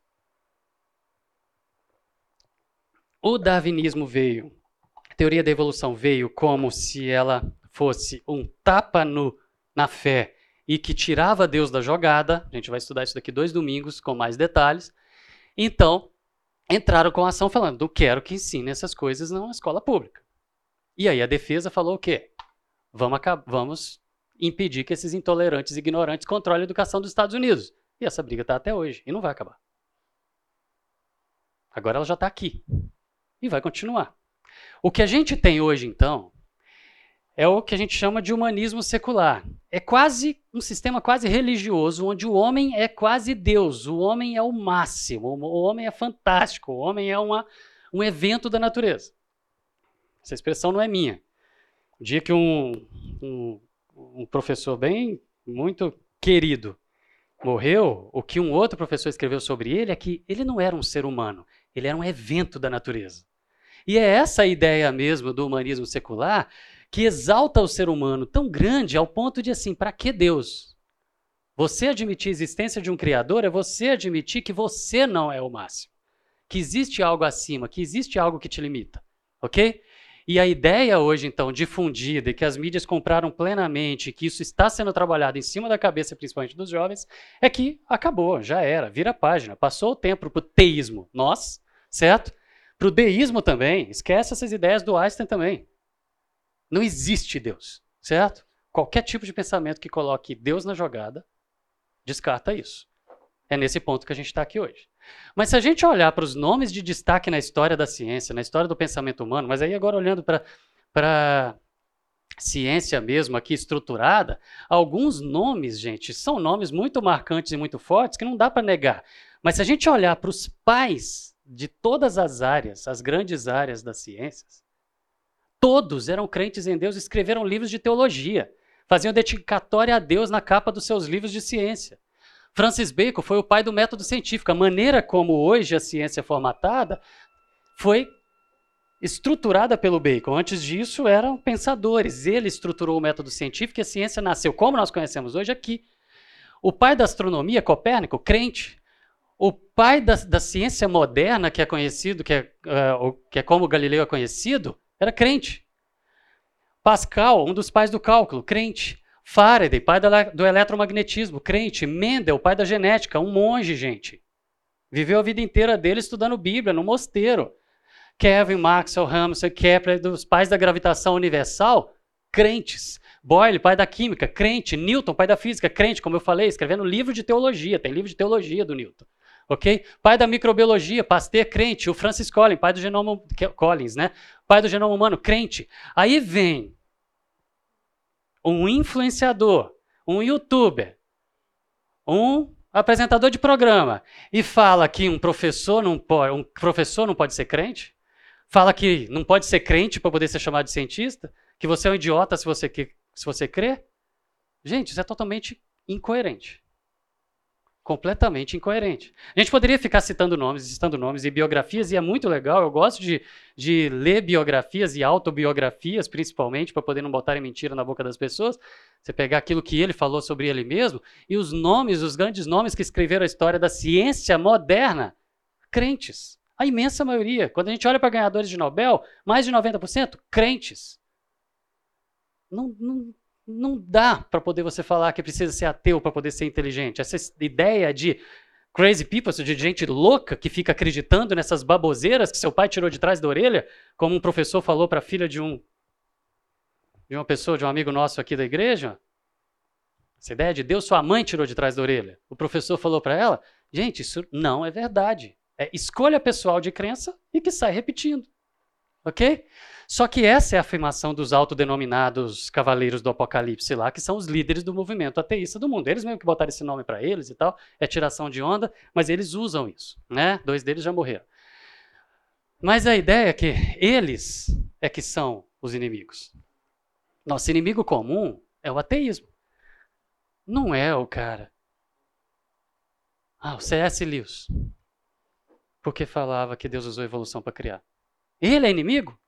O darwinismo veio, a teoria da evolução veio como se ela fosse um tapa no, na fé e que tirava Deus da jogada. A gente vai estudar isso daqui dois domingos com mais detalhes. Então, entraram com a ação falando, não quero que ensine essas coisas na escola pública. E aí a defesa falou o quê? Vamos, vamos impedir que esses intolerantes e ignorantes controlem a educação dos Estados Unidos. E essa briga está até hoje, e não vai acabar. Agora ela já está aqui, e vai continuar. O que a gente tem hoje, então, é o que a gente chama de humanismo secular. É quase um sistema quase religioso, onde o homem é quase Deus, o homem é o máximo, o homem é fantástico, o homem é uma, um evento da natureza. Essa expressão não é minha. O dia que um, um, um professor bem, muito querido, morreu, o que um outro professor escreveu sobre ele é que ele não era um ser humano, ele era um evento da natureza. E é essa a ideia mesmo do humanismo secular, que exalta o ser humano tão grande ao ponto de assim, para que Deus? Você admitir a existência de um Criador é você admitir que você não é o máximo, que existe algo acima, que existe algo que te limita, ok? E a ideia hoje, então, difundida e que as mídias compraram plenamente, que isso está sendo trabalhado em cima da cabeça, principalmente dos jovens, é que acabou, já era, vira a página, passou o tempo para o teísmo, nós, certo? Para o deísmo também, esquece essas ideias do Einstein também. Não existe Deus, certo? Qualquer tipo de pensamento que coloque Deus na jogada, descarta isso. É nesse ponto que a gente está aqui hoje. Mas se a gente olhar para os nomes de destaque na história da ciência, na história do pensamento humano, mas aí agora olhando para a ciência mesmo aqui estruturada, alguns nomes, gente, são nomes muito marcantes e muito fortes que não dá para negar. Mas se a gente olhar para os pais de todas as áreas, as grandes áreas das ciências, todos eram crentes em Deus e escreveram livros de teologia, faziam dedicatória a Deus na capa dos seus livros de ciência. Francis Bacon foi o pai do método científico. A maneira como hoje a ciência é formatada foi estruturada pelo Bacon. Antes disso, eram pensadores. Ele estruturou o método científico e a ciência nasceu, como nós conhecemos hoje, aqui. O pai da astronomia, Copérnico, crente. O pai da, da ciência moderna, que é conhecido, que é, uh, que é como Galileu é conhecido, era crente. Pascal, um dos pais do cálculo, crente. Faraday, pai do eletromagnetismo, crente. Mendel, pai da genética, um monge, gente. Viveu a vida inteira dele estudando Bíblia, no mosteiro. Kevin, Maxwell, Hamilton, Kepler, dos pais da gravitação universal, crentes. Boyle, pai da química, crente. Newton, pai da física, crente, como eu falei, escrevendo livro de teologia. Tem livro de teologia do Newton. Ok? Pai da microbiologia, Pasteur, crente. O Francis Collins, pai do genoma, Collins, né? Pai do genoma humano, crente. Aí vem um influenciador, um youtuber, um apresentador de programa e fala que um professor não pode, um professor não pode ser crente, fala que não pode ser crente para poder ser chamado de cientista, que você é um idiota se você, se você crê. Gente, isso é totalmente incoerente. Completamente incoerente. A gente poderia ficar citando nomes, citando nomes e biografias, e é muito legal, eu gosto de, de ler biografias e autobiografias, principalmente, para poder não botarem mentira na boca das pessoas. Você pegar aquilo que ele falou sobre ele mesmo, e os nomes, os grandes nomes que escreveram a história da ciência moderna, crentes. A imensa maioria. Quando a gente olha para ganhadores de Nobel, mais de noventa por cento, crentes. Não... não Não dá para poder você falar que precisa ser ateu para poder ser inteligente. Essa ideia de crazy people, de gente louca que fica acreditando nessas baboseiras que seu pai tirou de trás da orelha, como um professor falou para a filha de, um, de uma pessoa, de um amigo nosso aqui da igreja. Essa ideia de Deus, sua mãe tirou de trás da orelha. O professor falou para ela, gente, isso não é verdade. É escolha pessoal de crença e que sai repetindo. Ok? Só que essa é a afirmação dos autodenominados cavaleiros do apocalipse lá, que são os líderes do movimento ateísta do mundo. Eles mesmo que botaram esse nome para eles e tal, é tiração de onda, mas eles usam isso, né? Dois deles já morreram. Mas a ideia é que eles é que são os inimigos. Nosso inimigo comum é o ateísmo. Não é o cara. Ah, o C S Lewis. Porque falava que Deus usou a evolução para criar. Ele é inimigo?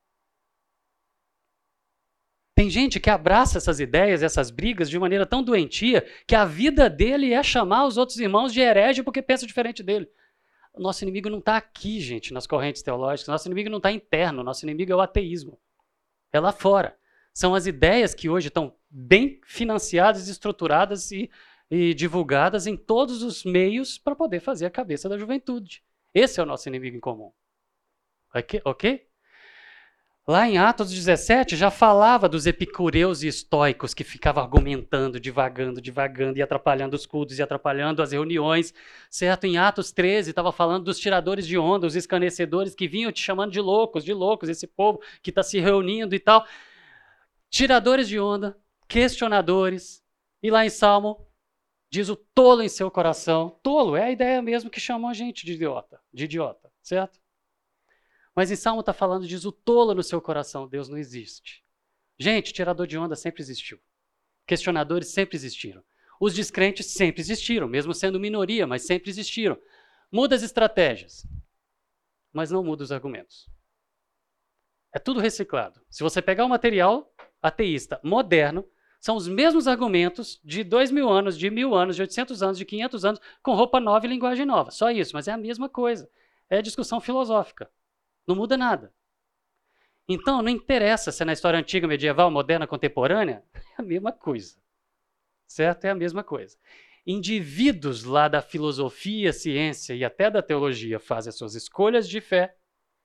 Tem gente que abraça essas ideias, essas brigas de maneira tão doentia que a vida dele é chamar os outros irmãos de herege porque pensa diferente dele. O nosso inimigo não está aqui, gente, nas correntes teológicas. Nosso inimigo não está interno. Nosso inimigo é o ateísmo. É lá fora. São as ideias que hoje estão bem financiadas, estruturadas e, e divulgadas em todos os meios para poder fazer a cabeça da juventude. Esse é o nosso inimigo em comum. Ok? Ok? Lá em Atos dezessete já falava dos epicureus e estoicos que ficavam argumentando, divagando, divagando e atrapalhando os cultos e atrapalhando as reuniões, certo? Em Atos treze estava falando dos tiradores de onda, os escarnecedores que vinham te chamando de loucos, de loucos, esse povo que está se reunindo e tal. Tiradores de onda, questionadores. E lá em Salmo diz o tolo em seu coração. Tolo é a ideia mesmo que chamam a gente de idiota, de idiota, certo? Mas em Salmo está falando, diz o tolo no seu coração, Deus não existe. Gente, tirador de onda sempre existiu. Questionadores sempre existiram. Os descrentes sempre existiram, mesmo sendo minoria, mas sempre existiram. Muda as estratégias, mas não muda os argumentos. É tudo reciclado. Se você pegar o material ateísta moderno, são os mesmos argumentos de dois mil anos, de mil anos, de oitocentos anos, de quinhentos anos, com roupa nova e linguagem nova. Só isso, mas é a mesma coisa. É discussão filosófica. Não muda nada. Então, não interessa se é na história antiga, medieval, moderna, contemporânea, é a mesma coisa. Certo? É a mesma coisa. Indivíduos lá da filosofia, ciência e até da teologia fazem as suas escolhas de fé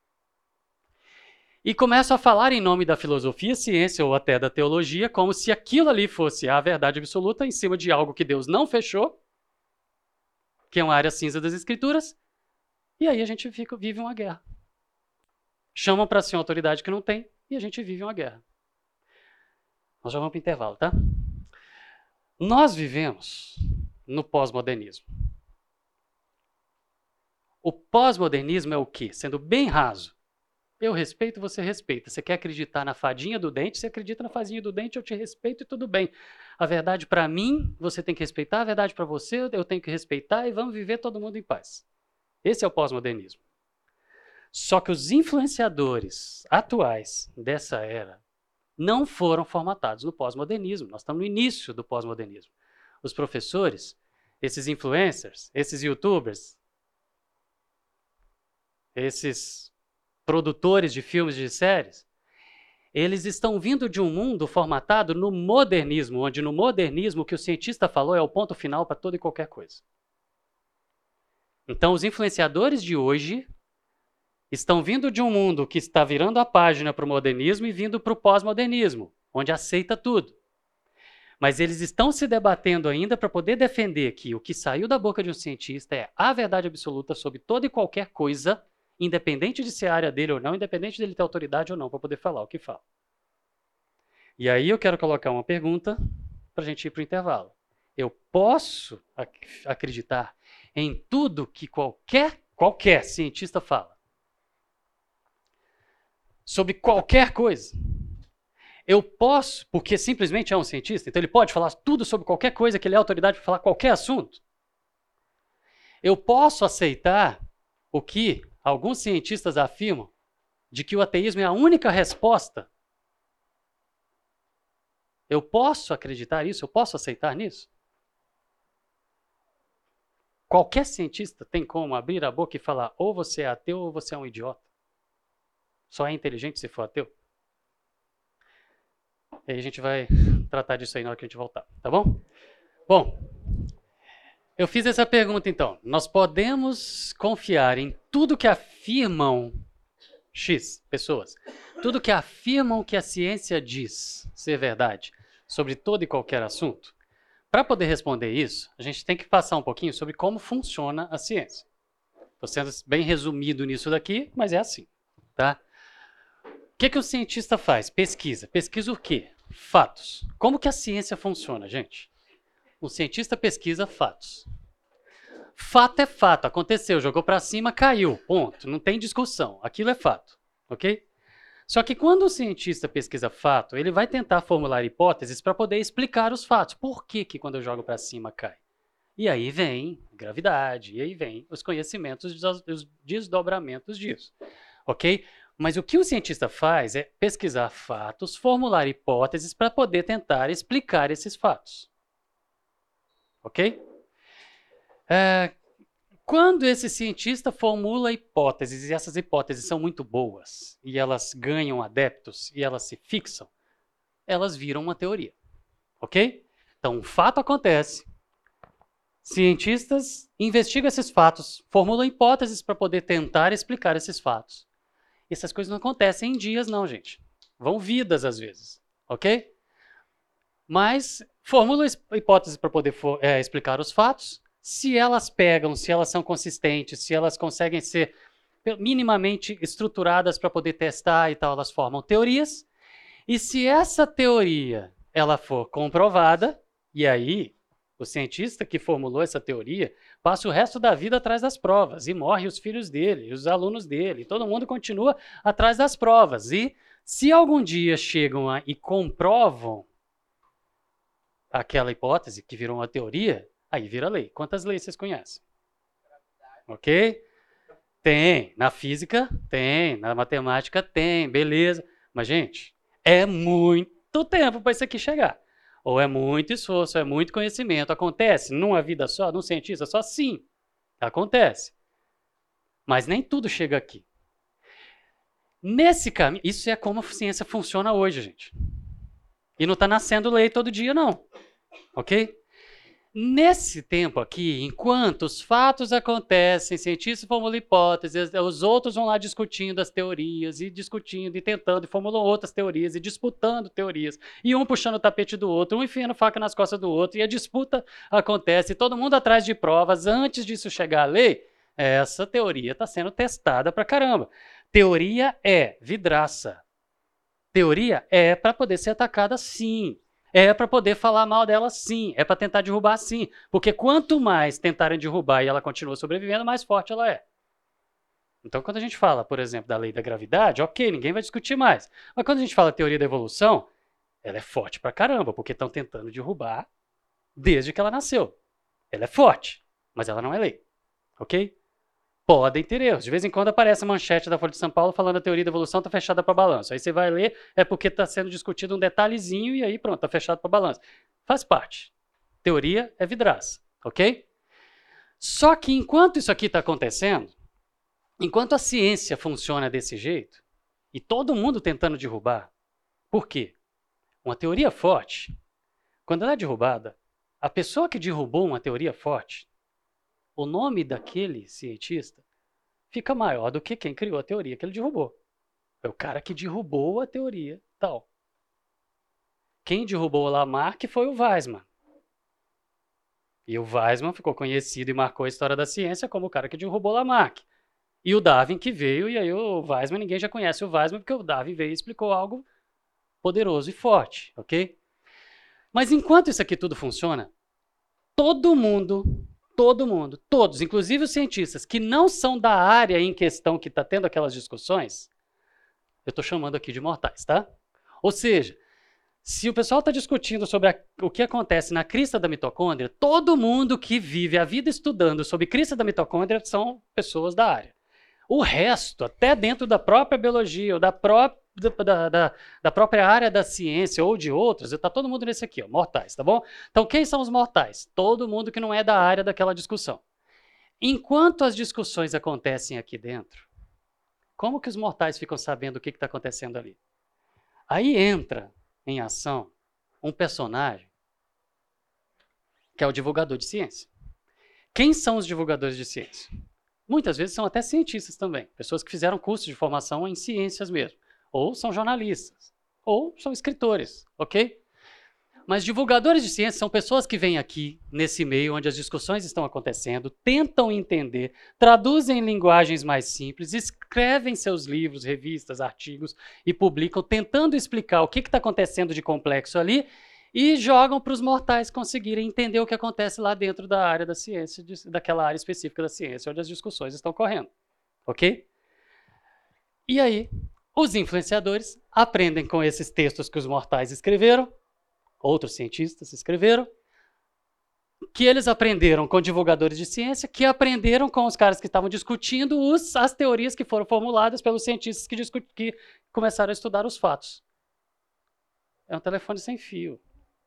e começam a falar em nome da filosofia, ciência ou até da teologia como se aquilo ali fosse a verdade absoluta em cima de algo que Deus não fechou, que é uma área cinza das escrituras, e aí a gente fica, vive uma guerra. Chamam para si uma autoridade que não tem e a gente vive uma guerra. Nós já vamos para o intervalo, tá? Nós vivemos no pós-modernismo. O pós-modernismo é o quê? Sendo bem raso. Eu respeito, você respeita. Você quer acreditar na fadinha do dente, você acredita na fadinha do dente, eu te respeito e tudo bem. A verdade para mim, você tem que respeitar, a verdade para você, eu tenho que respeitar e vamos viver todo mundo em paz. Esse é o pós-modernismo. Só que os influenciadores atuais dessa era não foram formatados no pós-modernismo. Nós estamos no início do pós-modernismo. Os professores, esses influencers, esses youtubers, esses produtores de filmes e de séries, eles estão vindo de um mundo formatado no modernismo, onde no modernismo o que o cientista falou é o ponto final para toda e qualquer coisa. Então os influenciadores de hoje estão vindo de um mundo que está virando a página para o modernismo e vindo para o pós-modernismo, onde aceita tudo. Mas eles estão se debatendo ainda para poder defender que o que saiu da boca de um cientista é a verdade absoluta sobre toda e qualquer coisa, independente de ser a área dele ou não, independente dele ter autoridade ou não para poder falar o que fala. E aí eu quero colocar uma pergunta para a gente ir para o intervalo. Eu posso ac- acreditar em tudo que qualquer, qualquer cientista fala? Sobre qualquer coisa. Eu posso, porque simplesmente é um cientista, então ele pode falar tudo sobre qualquer coisa, que ele é autoridade para falar qualquer assunto. Eu posso aceitar o que alguns cientistas afirmam de que o ateísmo é a única resposta. Eu posso acreditar nisso? Eu posso aceitar nisso? Qualquer cientista tem como abrir a boca e falar ou você é ateu ou você é um idiota. Só é inteligente se for ateu. E aí a gente vai tratar disso aí na hora que a gente voltar, tá bom? Bom, eu fiz essa pergunta então. Nós podemos confiar em tudo que afirmam X pessoas, tudo que afirmam que a ciência diz ser verdade sobre todo e qualquer assunto? Para poder responder isso, a gente tem que passar um pouquinho sobre como funciona a ciência. Estou sendo bem resumido nisso daqui, mas é assim, tá? O que, que o cientista faz? Pesquisa. Pesquisa o quê? Fatos. Como que a ciência funciona, gente? Um cientista pesquisa fatos. Fato é fato. Aconteceu, jogou para cima, caiu. Ponto. Não tem discussão. Aquilo é fato. Ok? Só que quando o cientista pesquisa fato, ele vai tentar formular hipóteses para poder explicar os fatos. Por que que quando eu jogo para cima cai? E aí vem gravidade, e aí vem os conhecimentos, os desdobramentos disso. Ok? Mas o que o cientista faz é pesquisar fatos, formular hipóteses para poder tentar explicar esses fatos. Ok? É, quando esse cientista formula hipóteses, e essas hipóteses são muito boas, e elas ganham adeptos, e elas se fixam, elas viram uma teoria. Ok? Então, um fato acontece, cientistas investigam esses fatos, formulam hipóteses para poder tentar explicar esses fatos. Essas coisas não acontecem em dias, não, gente. Vão vidas, às vezes. Ok? Mas formulam hipóteses para poder for, é, explicar os fatos. Se elas pegam, se elas são consistentes, se elas conseguem ser minimamente estruturadas para poder testar e tal, elas formam teorias. E se essa teoria ela for comprovada, e aí o cientista que formulou essa teoria passa o resto da vida atrás das provas e morre os filhos dele, os alunos dele, todo mundo continua atrás das provas. E se algum dia chegam a, e comprovam aquela hipótese que virou uma teoria, aí vira lei. Quantas leis vocês conhecem? Ok? Tem. Na física, tem. Na matemática, tem. Beleza. Mas, gente, é muito tempo para isso aqui chegar. Ou é muito esforço, é muito conhecimento. Acontece numa vida só, num cientista só? Sim, acontece. Mas nem tudo chega aqui. Nesse caminho, isso é como a ciência funciona hoje, gente. E não está nascendo lei todo dia, não. Ok? Nesse tempo aqui, enquanto os fatos acontecem, cientistas formulam hipóteses, os outros vão lá discutindo as teorias, e discutindo, e tentando, e formulam outras teorias, e disputando teorias, e um puxando o tapete do outro, um enfiando faca nas costas do outro, e a disputa acontece, e todo mundo atrás de provas, antes disso chegar à lei, essa teoria está sendo testada pra caramba. Teoria é vidraça. Teoria é para poder ser atacada, sim. É para poder falar mal dela, sim. É para tentar derrubar, sim. Porque quanto mais tentarem derrubar e ela continua sobrevivendo, mais forte ela é. Então, quando a gente fala, por exemplo, da lei da gravidade, ok, ninguém vai discutir mais. Mas quando a gente fala teoria da evolução, ela é forte pra caramba, porque estão tentando derrubar desde que ela nasceu. Ela é forte, mas ela não é lei. Ok? Podem ter erros. De vez em quando aparece a manchete da Folha de São Paulo falando a teoria da evolução está fechada para balanço. Aí você vai ler, é porque está sendo discutido um detalhezinho e aí pronto, está fechado para balanço. Faz parte. Teoria é vidraça, ok? Só que enquanto isso aqui está acontecendo, enquanto a ciência funciona desse jeito, e todo mundo tentando derrubar, por quê? Uma teoria forte, quando ela é derrubada, a pessoa que derrubou uma teoria forte, o nome daquele cientista fica maior do que quem criou a teoria que ele derrubou. É o cara que derrubou a teoria tal. Quem derrubou o Lamarck foi o Weismann. E o Weismann ficou conhecido e marcou a história da ciência como o cara que derrubou o Lamarck. E o Darwin que veio, e aí o Weismann, ninguém já conhece o Weismann, porque o Darwin veio e explicou algo poderoso e forte, ok? Mas enquanto isso aqui tudo funciona, todo mundo... Todo mundo, todos, inclusive os cientistas que não são da área em questão que está tendo aquelas discussões, eu estou chamando aqui de mortais, tá? Ou seja, se o pessoal está discutindo sobre a, o que acontece na crista da mitocôndria, todo mundo que vive a vida estudando sobre crista da mitocôndria são pessoas da área. O resto, até dentro da própria biologia ou da própria Da, da, da própria área da ciência ou de outras, está todo mundo nesse aqui, ó, mortais, tá bom? Então, quem são os mortais? Todo mundo que não é da área daquela discussão. Enquanto as discussões acontecem aqui dentro, como que os mortais ficam sabendo o que está acontecendo ali? Aí entra em ação um personagem que é o divulgador de ciência. Quem são os divulgadores de ciência? Muitas vezes são até cientistas também, pessoas que fizeram cursos de formação em ciências mesmo. Ou são jornalistas, ou são escritores, ok? Mas divulgadores de ciência são pessoas que vêm aqui, nesse meio onde as discussões estão acontecendo, tentam entender, traduzem em linguagens mais simples, escrevem seus livros, revistas, artigos e publicam, tentando explicar o que está acontecendo de complexo ali e jogam para os mortais conseguirem entender o que acontece lá dentro da área da ciência, daquela área específica da ciência, onde as discussões estão correndo, ok? E aí... os influenciadores aprendem com esses textos que os mortais escreveram, outros cientistas escreveram, que eles aprenderam com divulgadores de ciência, que aprenderam com os caras que estavam discutindo os, as teorias que foram formuladas pelos cientistas que, que começaram a estudar os fatos. É um telefone sem fio.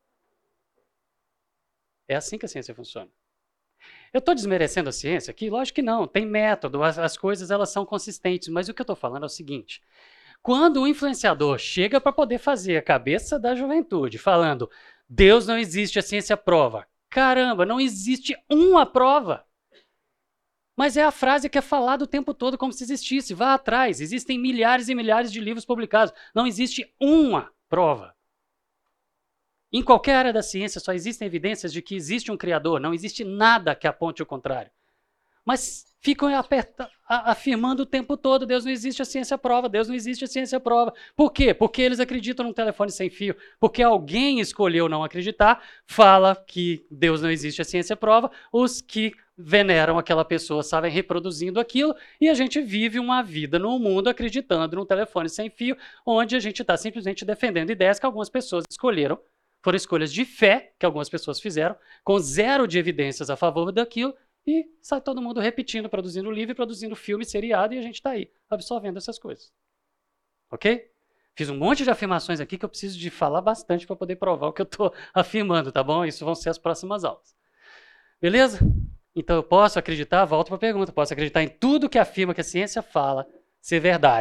É assim que a ciência funciona. Eu estou desmerecendo a ciência aqui? Lógico que não, tem método, as, as coisas elas são consistentes, mas o que eu estou falando é o seguinte, quando o influenciador chega para poder fazer a cabeça da juventude, falando, Deus não existe, a ciência prova, caramba, não existe uma prova, mas é a frase que é falada o tempo todo como se existisse, vá atrás, existem milhares e milhares de livros publicados, não existe uma prova. Em qualquer área da ciência só existem evidências de que existe um criador, não existe nada que aponte o contrário. Mas ficam aperta, a, afirmando o tempo todo, Deus não existe, a ciência prova, Deus não existe, a ciência prova. Por quê? Porque eles acreditam num telefone sem fio, porque alguém escolheu não acreditar, fala que Deus não existe, a ciência prova, os que veneram aquela pessoa sabem reproduzindo aquilo, e a gente vive uma vida no mundo acreditando num telefone sem fio, onde a gente está simplesmente defendendo ideias que algumas pessoas escolheram. Foram escolhas de fé que algumas pessoas fizeram, com zero de evidências a favor daquilo, e sai todo mundo repetindo, produzindo livro, produzindo filme, seriado, e a gente está aí, absorvendo essas coisas. Ok? Fiz um monte de afirmações aqui que eu preciso de falar bastante para poder provar o que eu estou afirmando, tá bom? Isso vão ser as próximas aulas. Beleza? Então eu posso acreditar, volto para a pergunta, posso acreditar em tudo que afirma que a ciência fala ser verdade,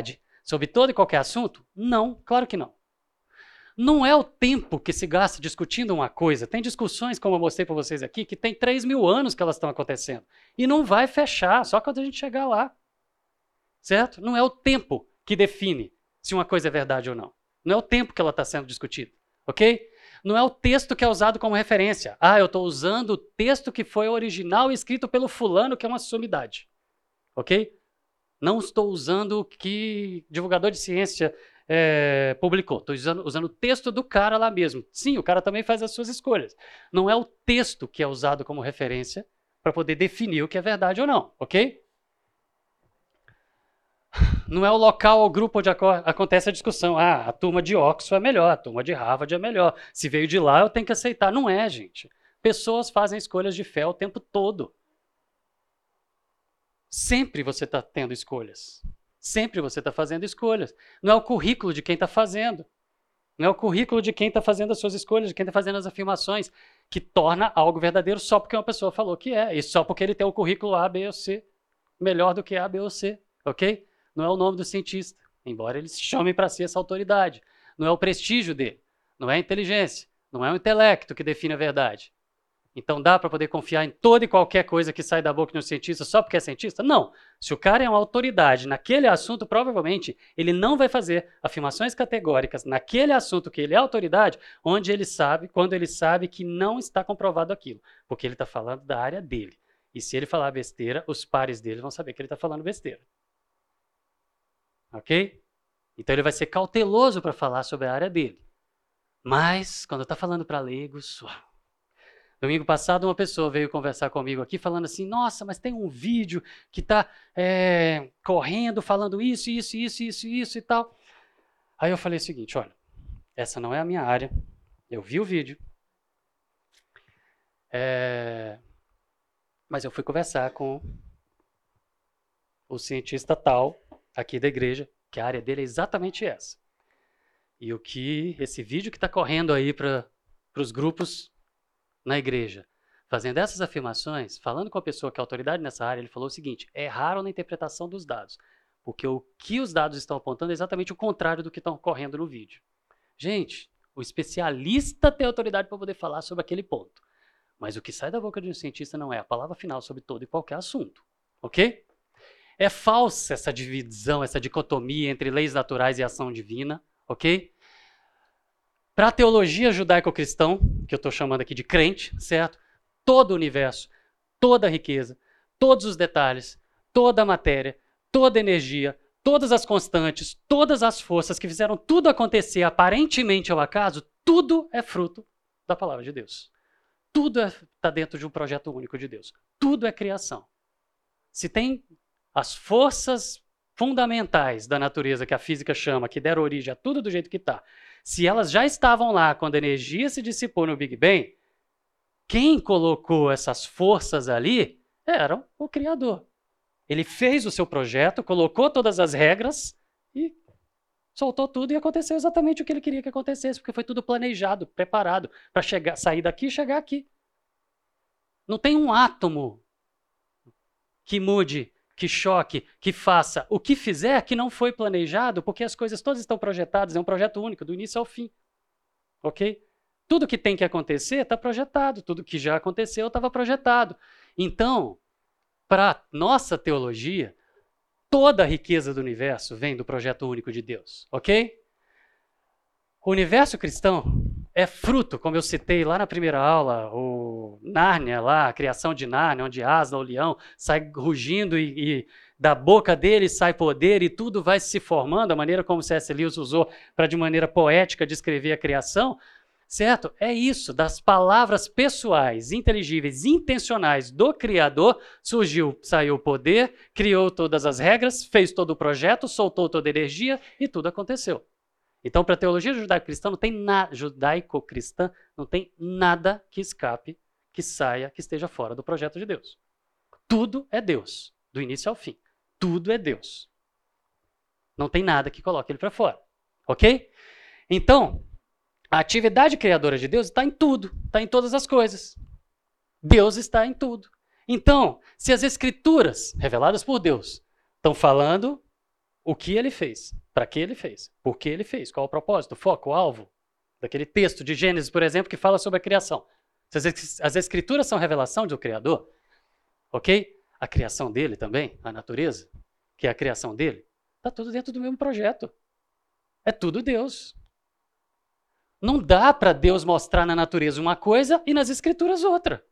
sobre todo e qualquer assunto? Não, claro que não. Não é o tempo que se gasta discutindo uma coisa. Tem discussões, como eu mostrei para vocês aqui, que tem três mil anos que elas estão acontecendo. E não vai fechar, só quando a gente chegar lá. Certo? Não é o tempo que define se uma coisa é verdade ou não. Não é o tempo que ela está sendo discutida. Ok? Não é o texto que é usado como referência. Ah, eu estou usando o texto que foi original escrito pelo fulano, que é uma sumidade. Ok? Não estou usando o que divulgador de ciência é, publicou. Estou usando, usando o texto do cara lá mesmo. Sim, o cara também faz as suas escolhas. Não é o texto que é usado como referência para poder definir o que é verdade ou não. Ok? Não é o local ou grupo onde acontece a discussão. Ah, a turma de Oxford é melhor, a turma de Harvard é melhor. Se veio de lá, eu tenho que aceitar. Não é, gente. Pessoas fazem escolhas de fé o tempo todo. Sempre você está tendo escolhas. Sempre você está fazendo escolhas. Não é o currículo de quem está fazendo. Não é o currículo de quem está fazendo as suas escolhas, de quem está fazendo as afirmações, que torna algo verdadeiro só porque uma pessoa falou que é. E só porque ele tem o currículo A, B ou C melhor do que A, B ou C. Ok? Não é o nome do cientista, embora ele se chame para si essa autoridade. Não é o prestígio dele. Não é a inteligência. Não é o intelecto que define a verdade. Então dá para poder confiar em toda e qualquer coisa que sai da boca de um cientista só porque é cientista? Não. Se o cara é uma autoridade naquele assunto, provavelmente ele não vai fazer afirmações categóricas naquele assunto que ele é autoridade, onde ele sabe, quando ele sabe que não está comprovado aquilo, porque ele está falando da área dele. E se ele falar besteira, os pares dele vão saber que ele está falando besteira. Ok? Então ele vai ser cauteloso para falar sobre a área dele. Mas, quando está falando para leigos... Domingo passado, uma pessoa veio conversar comigo aqui falando assim, nossa, mas tem um vídeo que está é, correndo, falando isso, isso, isso, isso, isso e tal. Aí eu falei o seguinte, olha, essa não é a minha área, eu vi o vídeo, é, mas eu fui conversar com o cientista tal, aqui da igreja, que a área dele é exatamente essa. E o que esse vídeo que está correndo aí para os grupos na igreja, fazendo essas afirmações, falando com a pessoa que é autoridade nessa área, ele falou o seguinte, erraram na interpretação dos dados, porque o que os dados estão apontando é exatamente o contrário do que está ocorrendo no vídeo. Gente, o especialista tem autoridade para poder falar sobre aquele ponto, mas o que sai da boca de um cientista não é a palavra final sobre todo e qualquer assunto, ok? É falsa essa divisão, essa dicotomia entre leis naturais e ação divina, ok? Para a teologia judaico-cristã, que eu estou chamando aqui de crente, certo? Todo o universo, toda a riqueza, todos os detalhes, toda a matéria, toda a energia, todas as constantes, todas as forças que fizeram tudo acontecer aparentemente ao acaso, tudo é fruto da palavra de Deus. Tudo está dentro de um projeto único de Deus. Tudo é criação. Se tem as forças fundamentais da natureza, que a física chama, que deram origem a tudo do jeito que está, se elas já estavam lá quando a energia se dissipou no Big Bang, quem colocou essas forças ali era o Criador. Ele fez o seu projeto, colocou todas as regras e soltou tudo e aconteceu exatamente o que ele queria que acontecesse, porque foi tudo planejado, preparado para chegar, sair daqui e chegar aqui. Não tem um átomo que mude, que choque, que faça o que fizer que não foi planejado, porque as coisas todas estão projetadas, é um projeto único, do início ao fim. Ok? Tudo que tem que acontecer está projetado, tudo que já aconteceu estava projetado. Então, para nossa teologia, toda a riqueza do universo vem do projeto único de Deus. Ok? O universo cristão é fruto, como eu citei lá na primeira aula, o Nárnia, lá, a criação de Nárnia, onde Aslan, o leão, sai rugindo e, e da boca dele sai poder e tudo vai se formando, a maneira como C S Lewis usou para, de maneira poética, descrever a criação, certo? É isso, das palavras pessoais, inteligíveis, intencionais do Criador, surgiu, saiu o poder, criou todas as regras, fez todo o projeto, soltou toda a energia e tudo aconteceu. Então, para a teologia judaico-cristã, não tem nada, judaico-cristã, não tem nada que escape, que saia, que esteja fora do projeto de Deus. Tudo é Deus, do início ao fim. Tudo é Deus. Não tem nada que coloque ele para fora. Ok? Então, a atividade criadora de Deus está em tudo, está em todas as coisas. Deus está em tudo. Então, se as escrituras, reveladas por Deus, estão falando o que ele fez, para que ele fez, por que ele fez, qual o propósito, o foco, o alvo daquele texto de Gênesis, por exemplo, que fala sobre a criação. As escrituras são revelação do Criador, ok? A criação dele também, a natureza, que é a criação dele, está tudo dentro do mesmo projeto. É tudo Deus. Não dá para Deus mostrar na natureza uma coisa e nas escrituras outra.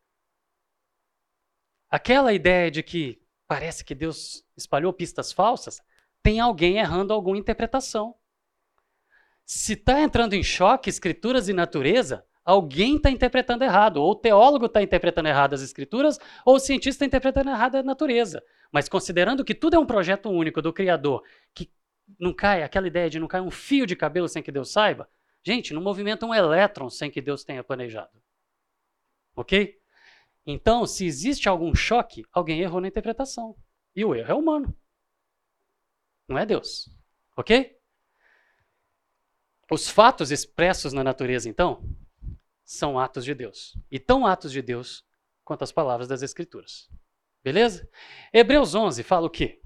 Aquela ideia de que parece que Deus espalhou pistas falsas, tem alguém errando alguma interpretação. Se está entrando em choque escrituras e natureza, alguém está interpretando errado. Ou o teólogo está interpretando errado as escrituras, ou o cientista está interpretando errado a natureza. Mas considerando que tudo é um projeto único do Criador, que não cai, aquela ideia de não cair um fio de cabelo sem que Deus saiba, gente, não movimenta um elétron sem que Deus tenha planejado. Ok? Então, se existe algum choque, alguém errou na interpretação. E o erro é humano. Não é Deus. Ok? Os fatos expressos na natureza, então, são atos de Deus. E tão atos de Deus quanto as palavras das Escrituras. Beleza? Hebreus onze fala o quê?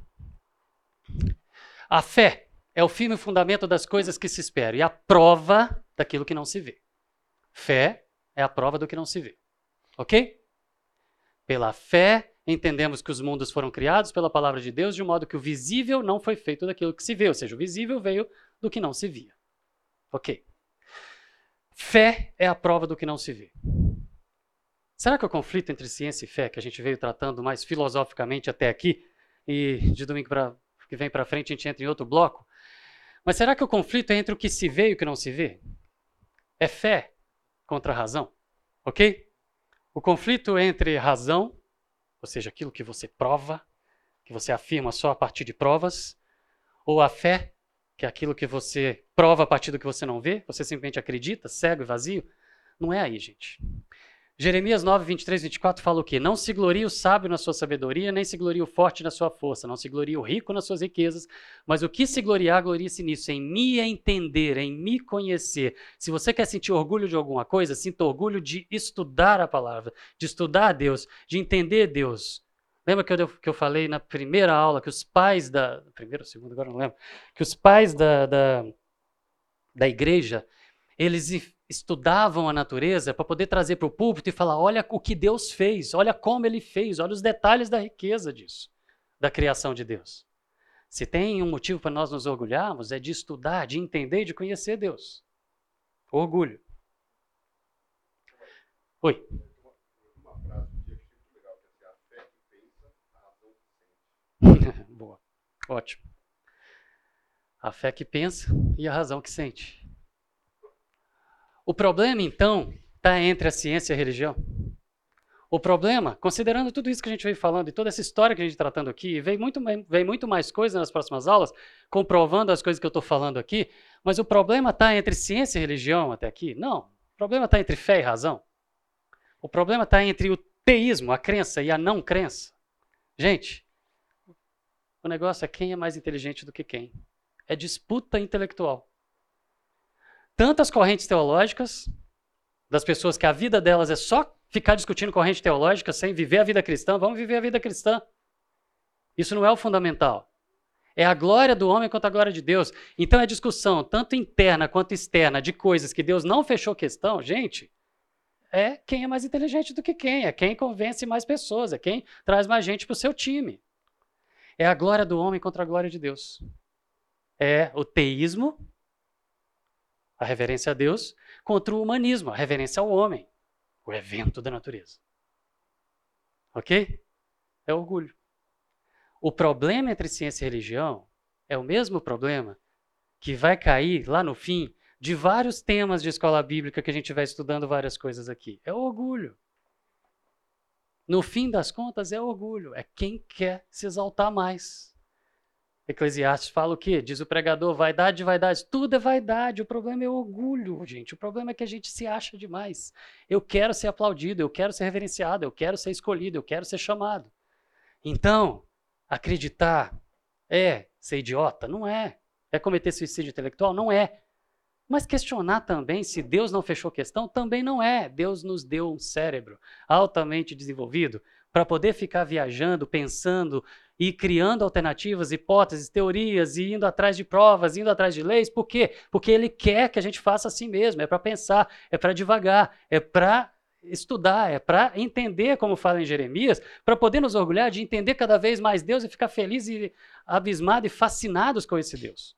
A fé é o firme fundamento das coisas que se esperam e a prova daquilo que não se vê. Fé é a prova do que não se vê. Ok? Pela fé, entendemos que os mundos foram criados pela palavra de Deus, de modo que o visível não foi feito daquilo que se vê, ou seja, o visível veio do que não se via. Ok. Fé é a prova do que não se vê. Será que o conflito entre ciência e fé, que a gente veio tratando mais filosoficamente até aqui, e de domingo pra, que vem para frente a gente entra em outro bloco, mas será que o conflito é entre o que se vê e o que não se vê? É fé contra a razão, ok? O conflito entre razão, ou seja, aquilo que você prova, que você afirma só a partir de provas, ou a fé, que é aquilo que você prova a partir do que você não vê, você simplesmente acredita, cego e vazio, não é aí, gente. Jeremias nove, vinte e três, vinte e quatro fala o quê? Não se glorie o sábio na sua sabedoria, nem se glorie o forte na sua força, não se glorie o rico nas suas riquezas, mas o que se gloriar, glorie-se nisso, em me entender, em me conhecer. Se você quer sentir orgulho de alguma coisa, sinta orgulho de estudar a palavra, de estudar Deus, de entender Deus. Lembra que eu, que eu falei na primeira aula que os pais da... Primeira ou segunda, agora não lembro. Que os pais da, da, da igreja, eles estudavam a natureza para poder trazer para o púlpito e falar, olha o que Deus fez, olha como ele fez, olha os detalhes da riqueza disso, da criação de Deus. Se tem um motivo para nós nos orgulharmos, é de estudar, de entender e de conhecer Deus. Orgulho. Oi. Uma frase que eu achei muito legal, que é a fé que pensa, a razão que sente. Boa. Ótimo. A fé que pensa e a razão que sente. O problema, então, está entre a ciência e a religião. O problema, considerando tudo isso que a gente veio falando e toda essa história que a gente está tratando aqui, vem muito, vem muito mais coisa nas próximas aulas, comprovando as coisas que eu estou falando aqui, mas o problema está entre ciência e religião até aqui? Não. O problema está entre fé e razão. O problema está entre o teísmo, a crença, e a não crença. Gente, o negócio é quem é mais inteligente do que quem. É disputa intelectual. Tantas correntes teológicas, das pessoas que a vida delas é só ficar discutindo corrente teológica sem viver a vida cristã, vamos viver a vida cristã. Isso não é o fundamental. É a glória do homem contra a glória de Deus. Então é discussão, tanto interna quanto externa, de coisas que Deus não fechou questão, gente, é quem é mais inteligente do que quem, é quem convence mais pessoas, é quem traz mais gente para o seu time. É a glória do homem contra a glória de Deus. É o teísmo, a reverência a Deus, contra o humanismo, a reverência ao homem, o evento da natureza. Ok? É orgulho. O problema entre ciência e religião é o mesmo problema que vai cair lá no fim de vários temas de escola bíblica que a gente vai estudando várias coisas aqui. É orgulho. No fim das contas, é orgulho. É quem quer se exaltar mais. Eclesiastes fala o quê? Diz o pregador, vaidade, vaidade. Tudo é vaidade. O problema é orgulho, gente. O problema é que a gente se acha demais. Eu quero ser aplaudido, eu quero ser reverenciado, eu quero ser escolhido, eu quero ser chamado. Então, acreditar é ser idiota? Não é. É cometer suicídio intelectual? Não é. Mas questionar também se Deus não fechou questão? Também não é. Deus nos deu um cérebro altamente desenvolvido para poder ficar viajando, pensando e criando alternativas, hipóteses, teorias, e indo atrás de provas, indo atrás de leis. Por quê? Porque ele quer que a gente faça assim mesmo, é para pensar, é para devagar, é para estudar, é para entender, como fala em Jeremias, para poder nos orgulhar de entender cada vez mais Deus e ficar feliz e abismado e fascinados com esse Deus.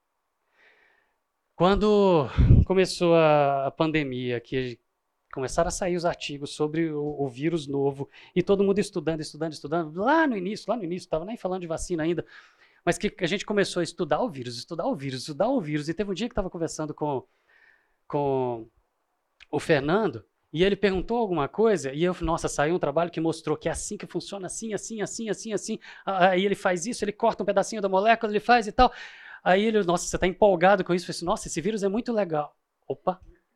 Quando começou a, a pandemia, que começaram a sair os artigos sobre o, o vírus novo, e todo mundo estudando, estudando, estudando, lá no início, lá no início, estava nem falando de vacina ainda, mas que a gente começou a estudar o vírus, estudar o vírus, estudar o vírus, e teve um dia que estava conversando com, com o Fernando, e ele perguntou alguma coisa, e eu, nossa, saiu um trabalho que mostrou que é assim que funciona, assim, assim, assim, assim, assim, aí ele faz isso, ele corta um pedacinho da molécula, ele faz e tal, aí ele, nossa, você está empolgado com isso, eu falei assim, nossa, esse vírus é muito legal. Opa!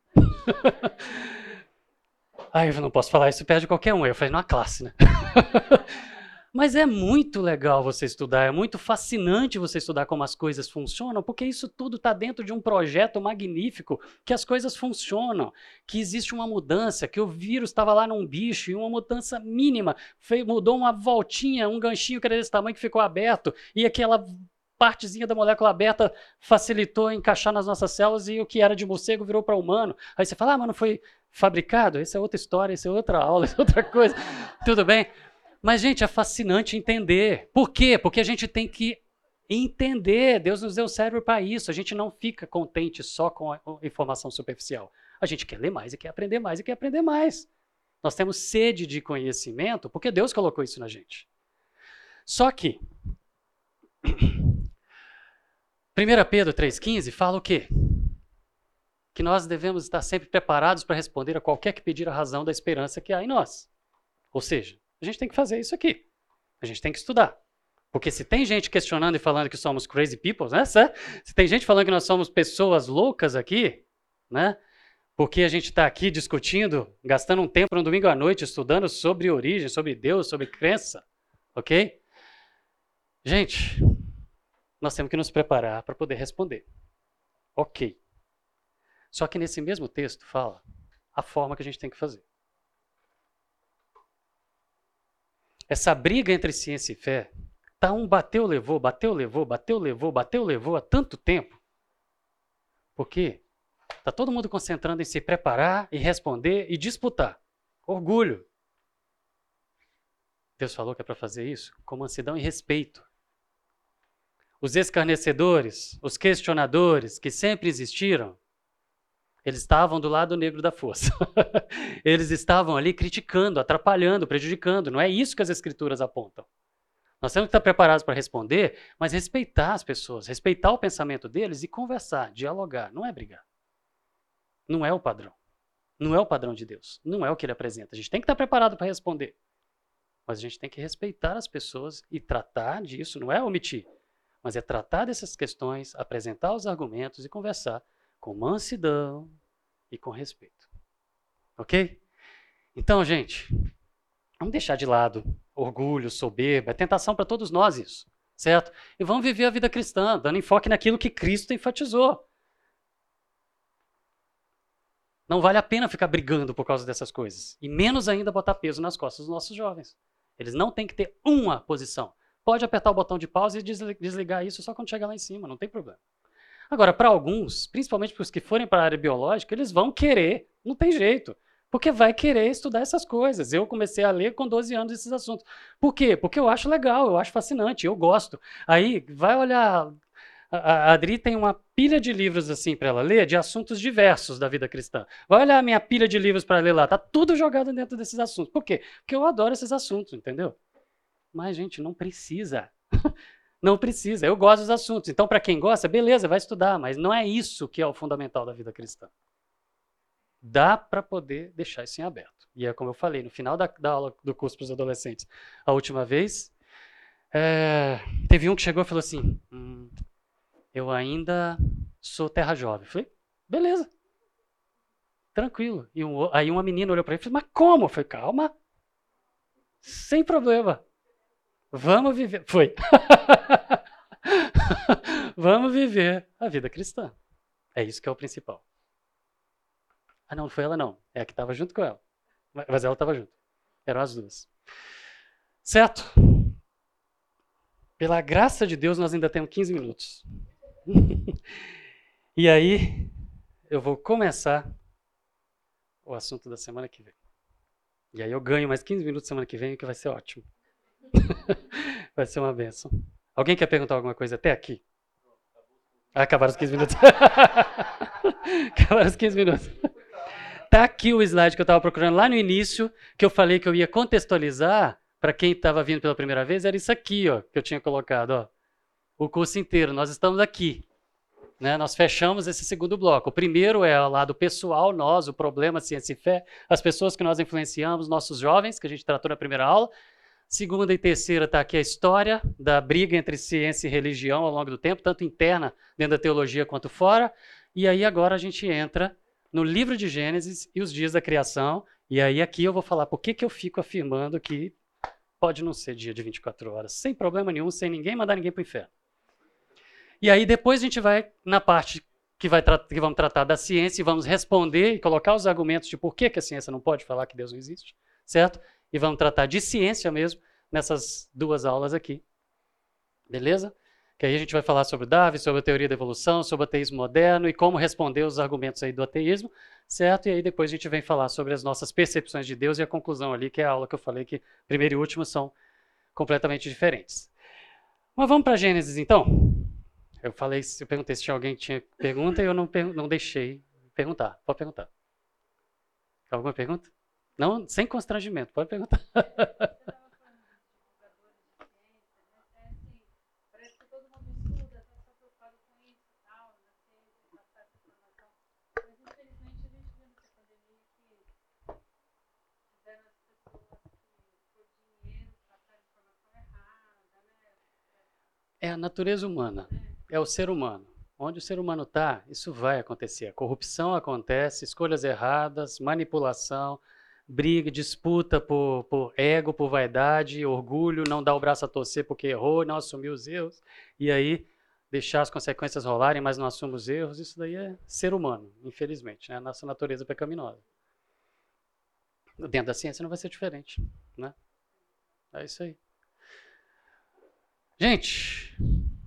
Aí eu não posso falar isso, perde qualquer um. Eu falei, numa classe, né? Mas é muito legal você estudar, é muito fascinante você estudar como as coisas funcionam, porque isso tudo está dentro de um projeto magnífico, que as coisas funcionam, que existe uma mudança, que o vírus estava lá num bicho, e uma mudança mínima, fez, mudou uma voltinha, um ganchinho que era desse tamanho que ficou aberto, e aquela partezinha da molécula aberta facilitou encaixar nas nossas células, e o que era de morcego virou para humano. Aí você fala, ah, mas não foi fabricado? Essa é outra história, essa é outra aula, essa é outra coisa. Tudo bem? Mas, gente, é fascinante entender. Por quê? Porque a gente tem que entender. Deus nos deu o cérebro para isso. A gente não fica contente só com a informação superficial. A gente quer ler mais e quer aprender mais e quer aprender mais. Nós temos sede de conhecimento porque Deus colocou isso na gente. Só que primeira Pedro três quinze fala o quê? Que nós devemos estar sempre preparados para responder a qualquer que pedir a razão da esperança que há em nós. Ou seja, a gente tem que fazer isso aqui. A gente tem que estudar. Porque se tem gente questionando e falando que somos crazy people, né? Se tem gente falando que nós somos pessoas loucas aqui, né? Porque a gente está aqui discutindo, gastando um tempo no domingo à noite, estudando sobre origem, sobre Deus, sobre crença, ok? Gente, nós temos que nos preparar para poder responder. Ok. Só que nesse mesmo texto fala a forma que a gente tem que fazer. Essa briga entre ciência e fé tá um bateu, levou, bateu, levou, bateu, levou, bateu, levou há tanto tempo. Porque tá todo mundo concentrando em se preparar e responder e disputar. Orgulho. Deus falou que é para fazer isso com mansidão e respeito. Os escarnecedores, os questionadores que sempre existiram, eles estavam do lado negro da força. Eles estavam ali criticando, atrapalhando, prejudicando. Não é isso que as escrituras apontam. Nós temos que estar preparados para responder, mas respeitar as pessoas, respeitar o pensamento deles e conversar, dialogar. Não é brigar. Não é o padrão. Não é o padrão de Deus. Não é o que ele apresenta. A gente tem que estar preparado para responder. Mas a gente tem que respeitar as pessoas e tratar disso. Não é omitir, mas é tratar dessas questões, apresentar os argumentos e conversar com mansidão e com respeito. Ok? Então, gente, vamos deixar de lado orgulho, soberba, é tentação para todos nós isso, certo? E vamos viver a vida cristã, dando enfoque naquilo que Cristo enfatizou. Não vale a pena ficar brigando por causa dessas coisas. E menos ainda botar peso nas costas dos nossos jovens. Eles não têm que ter uma posição. Pode apertar o botão de pausa e desligar isso só quando chegar lá em cima, não tem problema. Agora, para alguns, principalmente para os que forem para a área biológica, eles vão querer, não tem jeito, porque vai querer estudar essas coisas. Eu comecei a ler com doze anos esses assuntos. Por quê? Porque eu acho legal, eu acho fascinante, eu gosto. Aí, vai olhar, a, a Adri tem uma pilha de livros assim para ela ler, de assuntos diversos da vida cristã. Vai olhar a minha pilha de livros para ler lá, tá tudo jogado dentro desses assuntos. Por quê? Porque eu adoro esses assuntos, entendeu? Mas, gente, não precisa. Não precisa, eu gosto dos assuntos. Então, para quem gosta, beleza, vai estudar, mas não é isso que é o fundamental da vida cristã. Dá para poder deixar isso em aberto. E é como eu falei, no final da, da aula do curso para os adolescentes, a última vez, é, teve um que chegou e falou assim, hum, eu ainda sou terra jovem. Eu falei, beleza, tranquilo. E um, aí uma menina olhou para ele e falou, mas como? Eu falei, calma, sem problema. Vamos viver. Foi. Vamos viver a vida cristã. É isso que é o principal. Ah, não, não foi ela não. É a que estava junto com ela. Mas ela estava junto. Eram as duas. Certo? Pela graça de Deus, nós ainda temos quinze minutos. E aí, eu vou começar o assunto da semana que vem. E aí eu ganho mais quinze minutos semana que vem, que vai ser ótimo. Vai ser uma bênção. Alguém quer perguntar alguma coisa até aqui? Ah, acabaram os quinze minutos. Acabaram os quinze minutos. Tá aqui o slide que eu estava procurando lá no início, que eu falei que eu ia contextualizar para quem estava vindo pela primeira vez, era isso aqui, ó, que eu tinha colocado, ó. O curso inteiro, nós estamos aqui. Né? Nós fechamos esse segundo bloco. O primeiro é o lado pessoal, nós, o problema, ciência e fé, as pessoas que nós influenciamos, nossos jovens, que a gente tratou na primeira aula. Segunda e terceira está aqui a história da briga entre ciência e religião ao longo do tempo, tanto interna dentro da teologia quanto fora. E aí agora a gente entra no livro de Gênesis e os dias da criação. E aí aqui eu vou falar por que, que eu fico afirmando que pode não ser dia de vinte e quatro horas, sem problema nenhum, sem ninguém mandar ninguém para o inferno. E aí depois a gente vai na parte que, vai que vamos tratar da ciência e vamos responder e colocar os argumentos de por que, que a ciência não pode falar que Deus não existe, certo? E vamos tratar de ciência mesmo nessas duas aulas aqui. Beleza? Que aí a gente vai falar sobre Darwin, sobre a teoria da evolução, sobre o ateísmo moderno e como responder os argumentos aí do ateísmo, certo? E aí depois a gente vem falar sobre as nossas percepções de Deus e a conclusão ali, que é a aula que eu falei que primeiro e último são completamente diferentes. Mas vamos para Gênesis então? Eu falei, eu perguntei se tinha alguém que tinha pergunta e eu não, não deixei perguntar. Pode perguntar. Alguma pergunta? Não, sem constrangimento, pode perguntar. É a natureza humana, é o ser humano. Onde o ser humano está, isso vai acontecer. A corrupção acontece, escolhas erradas, manipulação, briga, disputa por, por ego, por vaidade, orgulho, não dar o braço a torcer porque errou, não assumir os erros, e aí deixar as consequências rolarem, mas não assume os erros. Isso daí é ser humano, infelizmente, né? A nossa natureza pecaminosa. Dentro da ciência não vai ser diferente, né? É isso aí. Gente,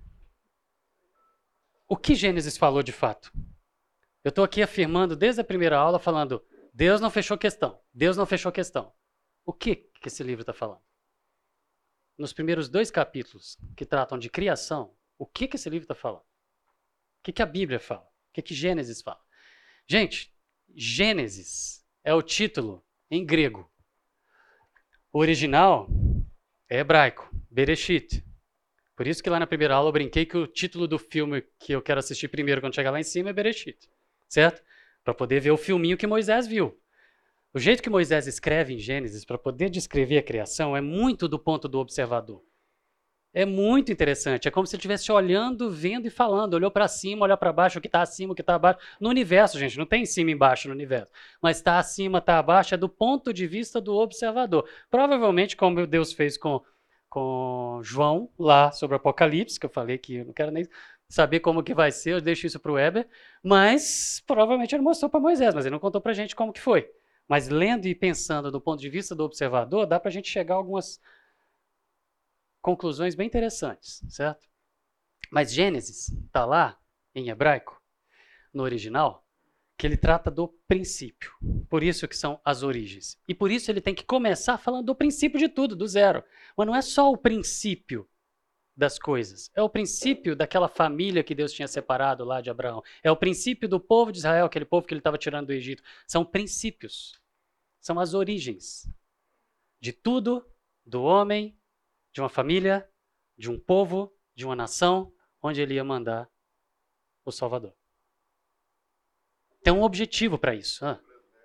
o que Gênesis falou de fato? Eu estou aqui afirmando desde a primeira aula, falando, Deus não fechou questão, Deus não fechou questão. O que, que esse livro está falando? Nos primeiros dois capítulos que tratam de criação, o que, que esse livro está falando? O que, que a Bíblia fala? O que, que Gênesis fala? Gente, Gênesis é o título em grego. O original é hebraico, Bereshit. Por isso que lá na primeira aula eu brinquei que o título do filme que eu quero assistir primeiro quando chegar lá em cima é Bereshit, certo? Para poder ver o filminho que Moisés viu. O jeito que Moisés escreve em Gênesis para poder descrever a criação é muito do ponto do observador. É muito interessante. É como se ele estivesse olhando, vendo e falando. Olhou para cima, olhou para baixo, o que está acima, o que está abaixo. No universo, gente, não tem cima e embaixo no universo. Mas está acima, está abaixo, é do ponto de vista do observador. Provavelmente, como Deus fez com... com João, lá sobre o Apocalipse, que eu falei que eu não quero nem saber como que vai ser, eu deixo isso para o Weber, mas provavelmente ele mostrou para Moisés, mas ele não contou para a gente como que foi. Mas lendo e pensando do ponto de vista do observador, dá para a gente chegar a algumas conclusões bem interessantes, certo? Mas Gênesis está lá, em hebraico, no original, que ele trata do princípio. Por isso que são as origens. E por isso ele tem que começar falando do princípio de tudo, do zero. Mas não é só o princípio das coisas. É o princípio daquela família que Deus tinha separado lá de Abraão. É o princípio do povo de Israel, aquele povo que ele estava tirando do Egito. São princípios. São as origens de tudo, do homem, de uma família, de um povo, de uma nação, onde ele ia mandar o Salvador. Tem um objetivo para isso. Ah.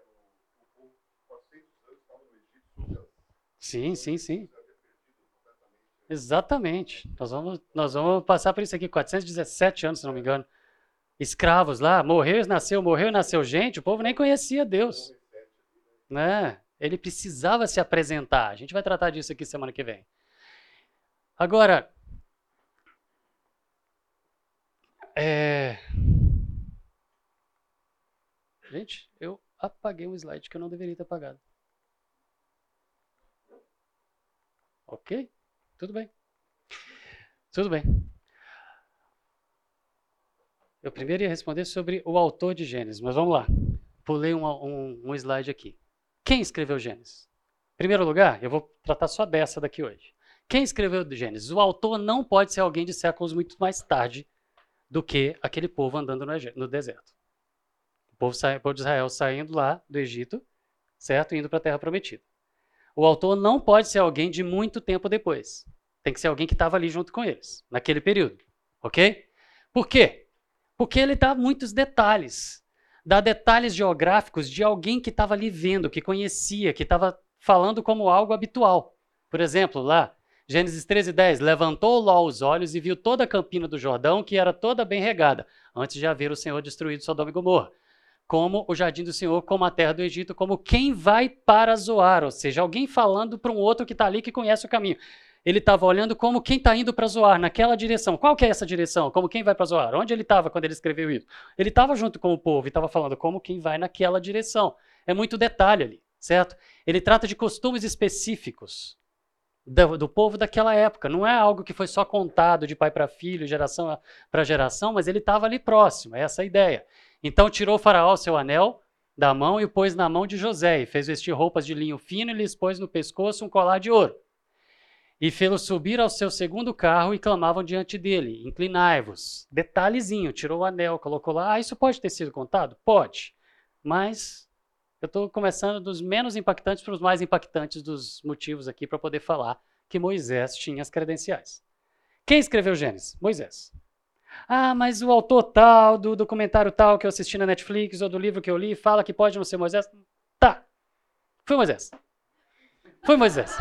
Sim, sim, sim. Exatamente. Nós vamos, nós vamos passar por isso aqui, quatrocentos e dezessete anos, se não me engano. Escravos lá, morreu e nasceu, morreu e nasceu gente, o povo nem conhecia Deus. Né? Ele precisava se apresentar. A gente vai tratar disso aqui semana que vem. Agora, é... gente, eu apaguei um slide que eu não deveria ter apagado. Ok? Tudo bem. Tudo bem. Eu primeiro ia responder sobre o autor de Gênesis, mas vamos lá. Pulei um, um, um slide aqui. Quem escreveu Gênesis? Em primeiro lugar, eu vou tratar só dessa daqui hoje. Quem escreveu Gênesis? O autor não pode ser alguém de séculos muito mais tarde do que aquele povo andando no deserto. O povo, o povo de Israel saindo lá do Egito, certo? Indo para a Terra Prometida. O autor não pode ser alguém de muito tempo depois. Tem que ser alguém que estava ali junto com eles, naquele período. Ok? Por quê? Porque ele dá muitos detalhes. Dá detalhes geográficos de alguém que estava ali vendo, que conhecia, que estava falando como algo habitual. Por exemplo, lá, Gênesis treze, dez, levantou Ló os olhos e viu toda a campina do Jordão, que era toda bem regada, antes de haver o Senhor destruído Sodoma e Gomorra. Como o jardim do Senhor, como a terra do Egito, como quem vai para Zoar, ou seja, alguém falando para um outro que está ali que conhece o caminho. Ele estava olhando como quem está indo para Zoar, naquela direção. Qual que é essa direção? Como quem vai para Zoar? Onde ele estava quando ele escreveu isso? Ele estava junto com o povo e estava falando como quem vai naquela direção. É muito detalhe ali, certo? Ele trata de costumes específicos do, do povo daquela época. Não é algo que foi só contado de pai para filho, geração para geração, mas ele estava ali próximo, é essa a ideia. Então tirou o faraó seu anel da mão e o pôs na mão de José, e fez vestir roupas de linho fino e lhes pôs no pescoço um colar de ouro. E fê-los subir ao seu segundo carro e clamavam diante dele, inclinai-vos. Detalhezinho, tirou o anel, colocou lá. Ah, isso pode ter sido contado? Pode. Mas eu estou começando dos menos impactantes para os mais impactantes dos motivos aqui para poder falar que Moisés tinha as credenciais. Quem escreveu Gênesis? Moisés. Ah, mas o autor tal, do documentário tal que eu assisti na Netflix ou do livro que eu li, fala que pode não ser Moisés. Tá, foi Moisés. Foi Moisés.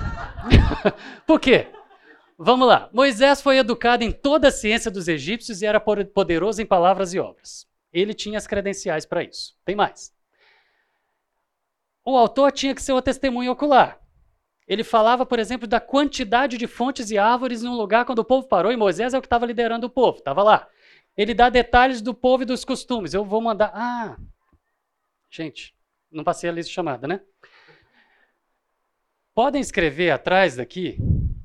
Por quê? Vamos lá. Moisés foi educado em toda a ciência dos egípcios e era poderoso em palavras e obras. Ele tinha as credenciais para isso. Tem mais. O autor tinha que ser uma testemunha ocular. Ele falava, por exemplo, da quantidade de fontes e árvores num lugar quando o povo parou, e Moisés é o que estava liderando o povo, estava lá. Ele dá detalhes do povo e dos costumes. Eu vou mandar... Ah, gente, não passei a lista de chamada, né? Podem escrever atrás daqui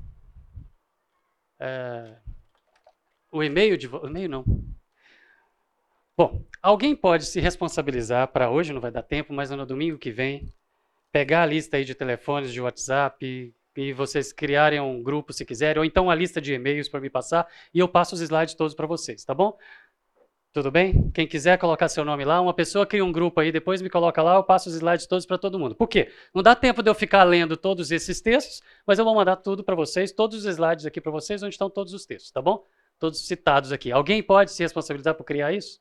é, o e-mail de... O e-mail não. Bom, alguém pode se responsabilizar para hoje, não vai dar tempo, mas no domingo que vem, pegar a lista aí de telefones, de WhatsApp, e, e vocês criarem um grupo se quiserem, ou então uma lista de e-mails para me passar, e eu passo os slides todos para vocês, tá bom? Tudo bem? Quem quiser colocar seu nome lá, uma pessoa cria um grupo aí, depois me coloca lá, eu passo os slides todos para todo mundo. Por quê? Não dá tempo de eu ficar lendo todos esses textos, mas eu vou mandar tudo para vocês, todos os slides aqui para vocês, onde estão todos os textos, tá bom? Todos citados aqui. Alguém pode se responsabilizar por criar isso?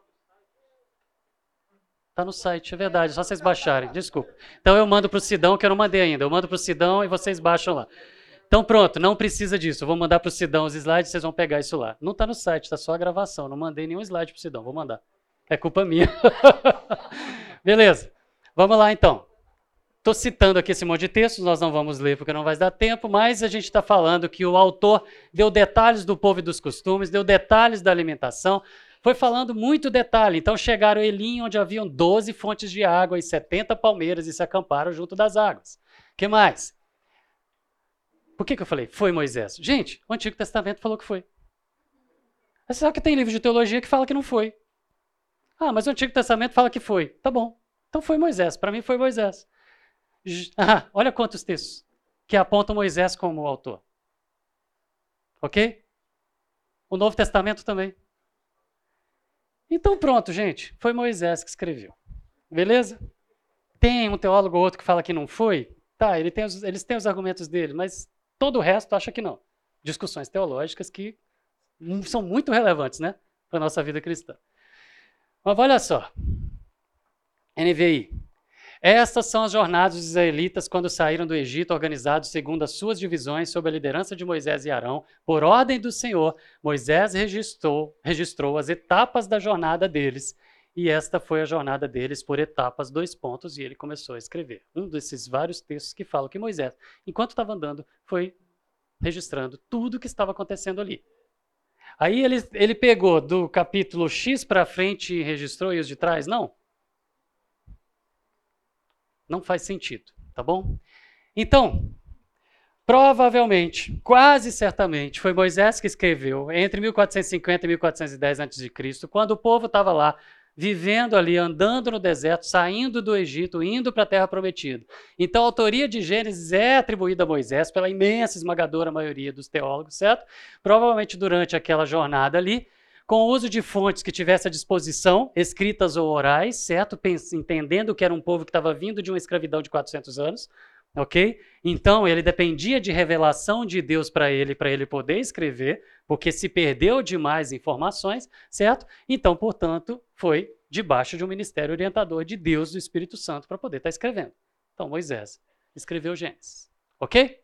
Está no site, é verdade, é só vocês baixarem, desculpa. Então eu mando para o Sidão, que eu não mandei ainda, eu mando para o Sidão e vocês baixam lá. Então pronto, não precisa disso, eu vou mandar para o Sidão os slides, vocês vão pegar isso lá. Não está no site, está só a gravação, não mandei nenhum slide para o Sidão, vou mandar. É culpa minha. Beleza, vamos lá então. Estou citando aqui esse monte de textos, nós não vamos ler porque não vai dar tempo, mas a gente está falando que o autor deu detalhes do povo e dos costumes, deu detalhes da alimentação, foi falando muito detalhe. Então chegaram a Elim, onde haviam doze fontes de água e setenta palmeiras e se acamparam junto das águas. O que mais? Por que, que eu falei? Foi Moisés. Gente, o Antigo Testamento falou que foi. Você sabe que tem livro de teologia que fala que não foi. Ah, mas o Antigo Testamento fala que foi. Tá bom. Então foi Moisés. Para mim foi Moisés. Ah, olha quantos textos que apontam Moisés como autor. Ok? O Novo Testamento também. Então pronto, gente. Foi Moisés que escreveu. Beleza? Tem um teólogo ou outro que fala que não foi? Tá, ele tem os, eles têm os argumentos dele, mas todo o resto acha que não. Discussões teológicas que são muito relevantes, né, para a nossa vida cristã. Mas olha só. N V I. Estas são as jornadas dos israelitas quando saíram do Egito, organizados segundo as suas divisões, sob a liderança de Moisés e Arão. Por ordem do Senhor, Moisés registrou, registrou as etapas da jornada deles, e esta foi a jornada deles por etapas, dois pontos, e ele começou a escrever. Um desses vários textos que falam que Moisés, enquanto estava andando, foi registrando tudo o que estava acontecendo ali. Aí ele, ele pegou do capítulo X para frente e registrou, e os de trás não? Não faz sentido, tá bom? Então, Provavelmente, quase certamente, foi Moisés que escreveu entre mil quatrocentos e cinquenta e mil quatrocentos e dez antes de Cristo, quando o povo estava lá, vivendo ali, andando no deserto, saindo do Egito, indo para a Terra Prometida. Então, a autoria de Gênesis é atribuída a Moisés pela imensa, esmagadora maioria dos teólogos, certo? Provavelmente durante aquela jornada ali, com o uso de fontes que tivesse à disposição, escritas ou orais, certo? Entendendo que era um povo que estava vindo de uma escravidão de quatrocentos anos, ok? Então, ele dependia de revelação de Deus para ele, para ele poder escrever, porque se perdeu demais informações, certo? Então, portanto, foi debaixo de um ministério orientador de Deus, do Espírito Santo, para poder estar escrevendo. Então, Moisés escreveu Gênesis, ok?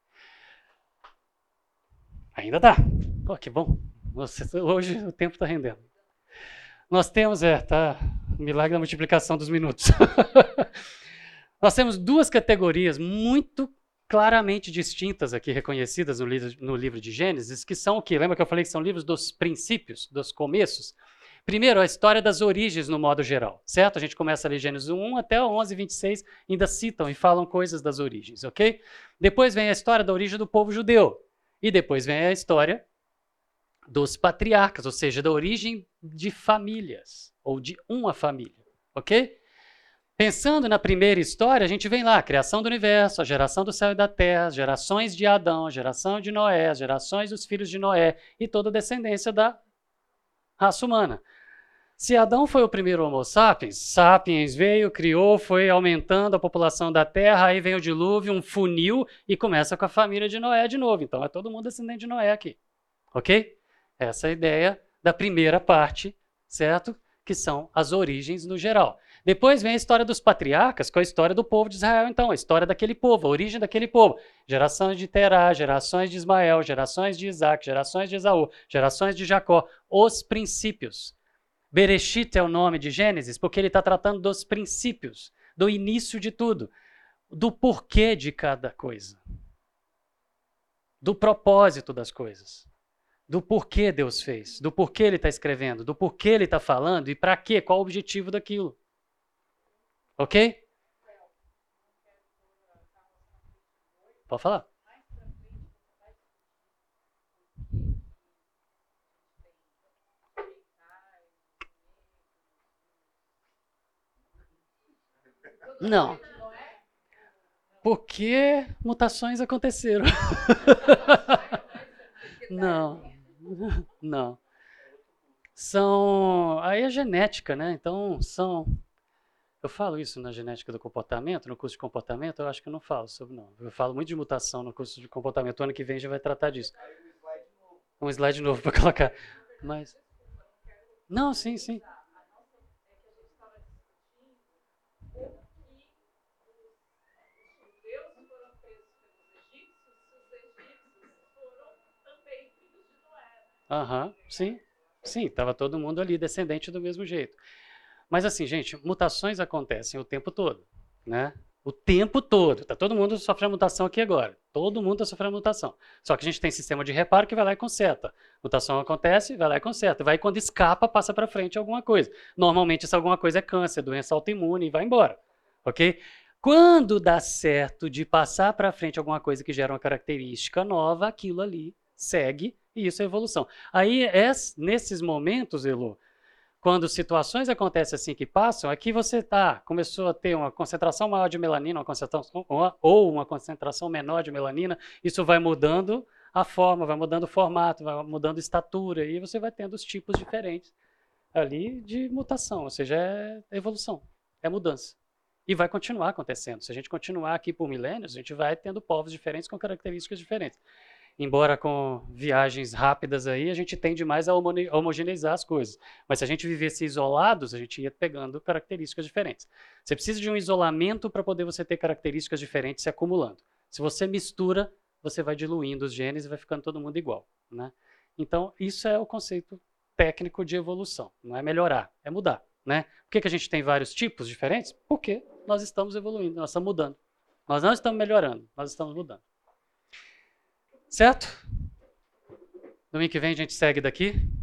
Ainda dá. Pô, que bom. Nossa, hoje o tempo está rendendo. Nós temos, é, tá, o milagre da multiplicação dos minutos. Nós temos duas categorias muito claramente distintas aqui, reconhecidas no livro, no livro de Gênesis, que são o quê? Lembra que eu falei que são livros dos princípios, dos começos? Primeiro, a história das origens no modo geral, certo? A gente começa ali Gênesis um até o onze, vinte e seis, ainda citam e falam coisas das origens, ok? Depois vem a história da origem do povo judeu. E depois vem a história dos patriarcas, ou seja, da origem de famílias, ou de uma família, ok? Pensando na primeira história, a gente vem lá, a criação do universo, a geração do céu e da terra, as gerações de Adão, a geração de Noé, as gerações dos filhos de Noé e toda a descendência da raça humana. Se Adão foi o primeiro Homo sapiens, sapiens veio, criou, foi aumentando a população da terra, aí vem o dilúvio, um funil e começa com a família de Noé de novo. Então é todo mundo descendente de Noé aqui, ok? Essa é a ideia da primeira parte, certo? Que são as origens no geral. Depois vem a história dos patriarcas, que é a história do povo de Israel, então, a história daquele povo, a origem daquele povo. Gerações de Terá, gerações de Ismael, gerações de Isaac, gerações de Esaú, gerações de Jacó, os princípios. Bereshit é o nome de Gênesis, porque ele está tratando dos princípios, do início de tudo, do porquê de cada coisa, do propósito das coisas. Do porquê Deus fez, do porquê ele está escrevendo, do porquê ele está falando e para quê, qual o objetivo daquilo. Ok? Pode falar. Não. Porque mutações aconteceram. Não. Não. São... Aí é genética, né? Então, são... Eu falo isso na genética do comportamento, no curso de comportamento, eu acho que eu não falo sobre, não. Eu falo muito de mutação no curso de comportamento, o ano que vem já vai tratar disso. Um slide novo para colocar. Mas... Não, sim, sim. Aham, sim. Sim, estava todo mundo ali, descendente do mesmo jeito. Mas assim, gente, mutações acontecem o tempo todo, né? O tempo todo. Tá todo mundo sofrendo mutação aqui agora. Todo mundo está sofrendo mutação. Só que a gente tem sistema de reparo que vai lá e conserta. Mutação acontece, vai lá e conserta. Vai quando escapa, passa para frente alguma coisa. Normalmente essa alguma coisa é câncer, doença autoimune e vai embora, ok? Quando dá certo de passar para frente alguma coisa que gera uma característica nova, aquilo ali segue e isso é evolução. Aí, é, nesses momentos, Elô, quando situações acontecem assim que passam, aqui você tá, começou a ter uma concentração maior de melanina, uma concentração, ou uma concentração menor de melanina, isso vai mudando a forma, vai mudando o formato, vai mudando a estatura, e você vai tendo os tipos diferentes ali de mutação, ou seja, é evolução, é mudança. E vai continuar acontecendo. Se a gente continuar aqui por milênios, a gente vai tendo povos diferentes com características diferentes. Embora com viagens rápidas aí, a gente tende mais a homogeneizar as coisas. Mas se a gente vivesse isolados, a gente ia pegando características diferentes. Você precisa de um isolamento para poder você ter características diferentes se acumulando. Se você mistura, você vai diluindo os genes e vai ficando todo mundo igual, né? Então, isso é o conceito técnico de evolução. Não é melhorar, é mudar, né? Por que que a gente tem vários tipos diferentes? Porque nós estamos evoluindo, nós estamos mudando. Nós não estamos melhorando, nós estamos mudando. Certo? Domingo que vem a gente segue daqui.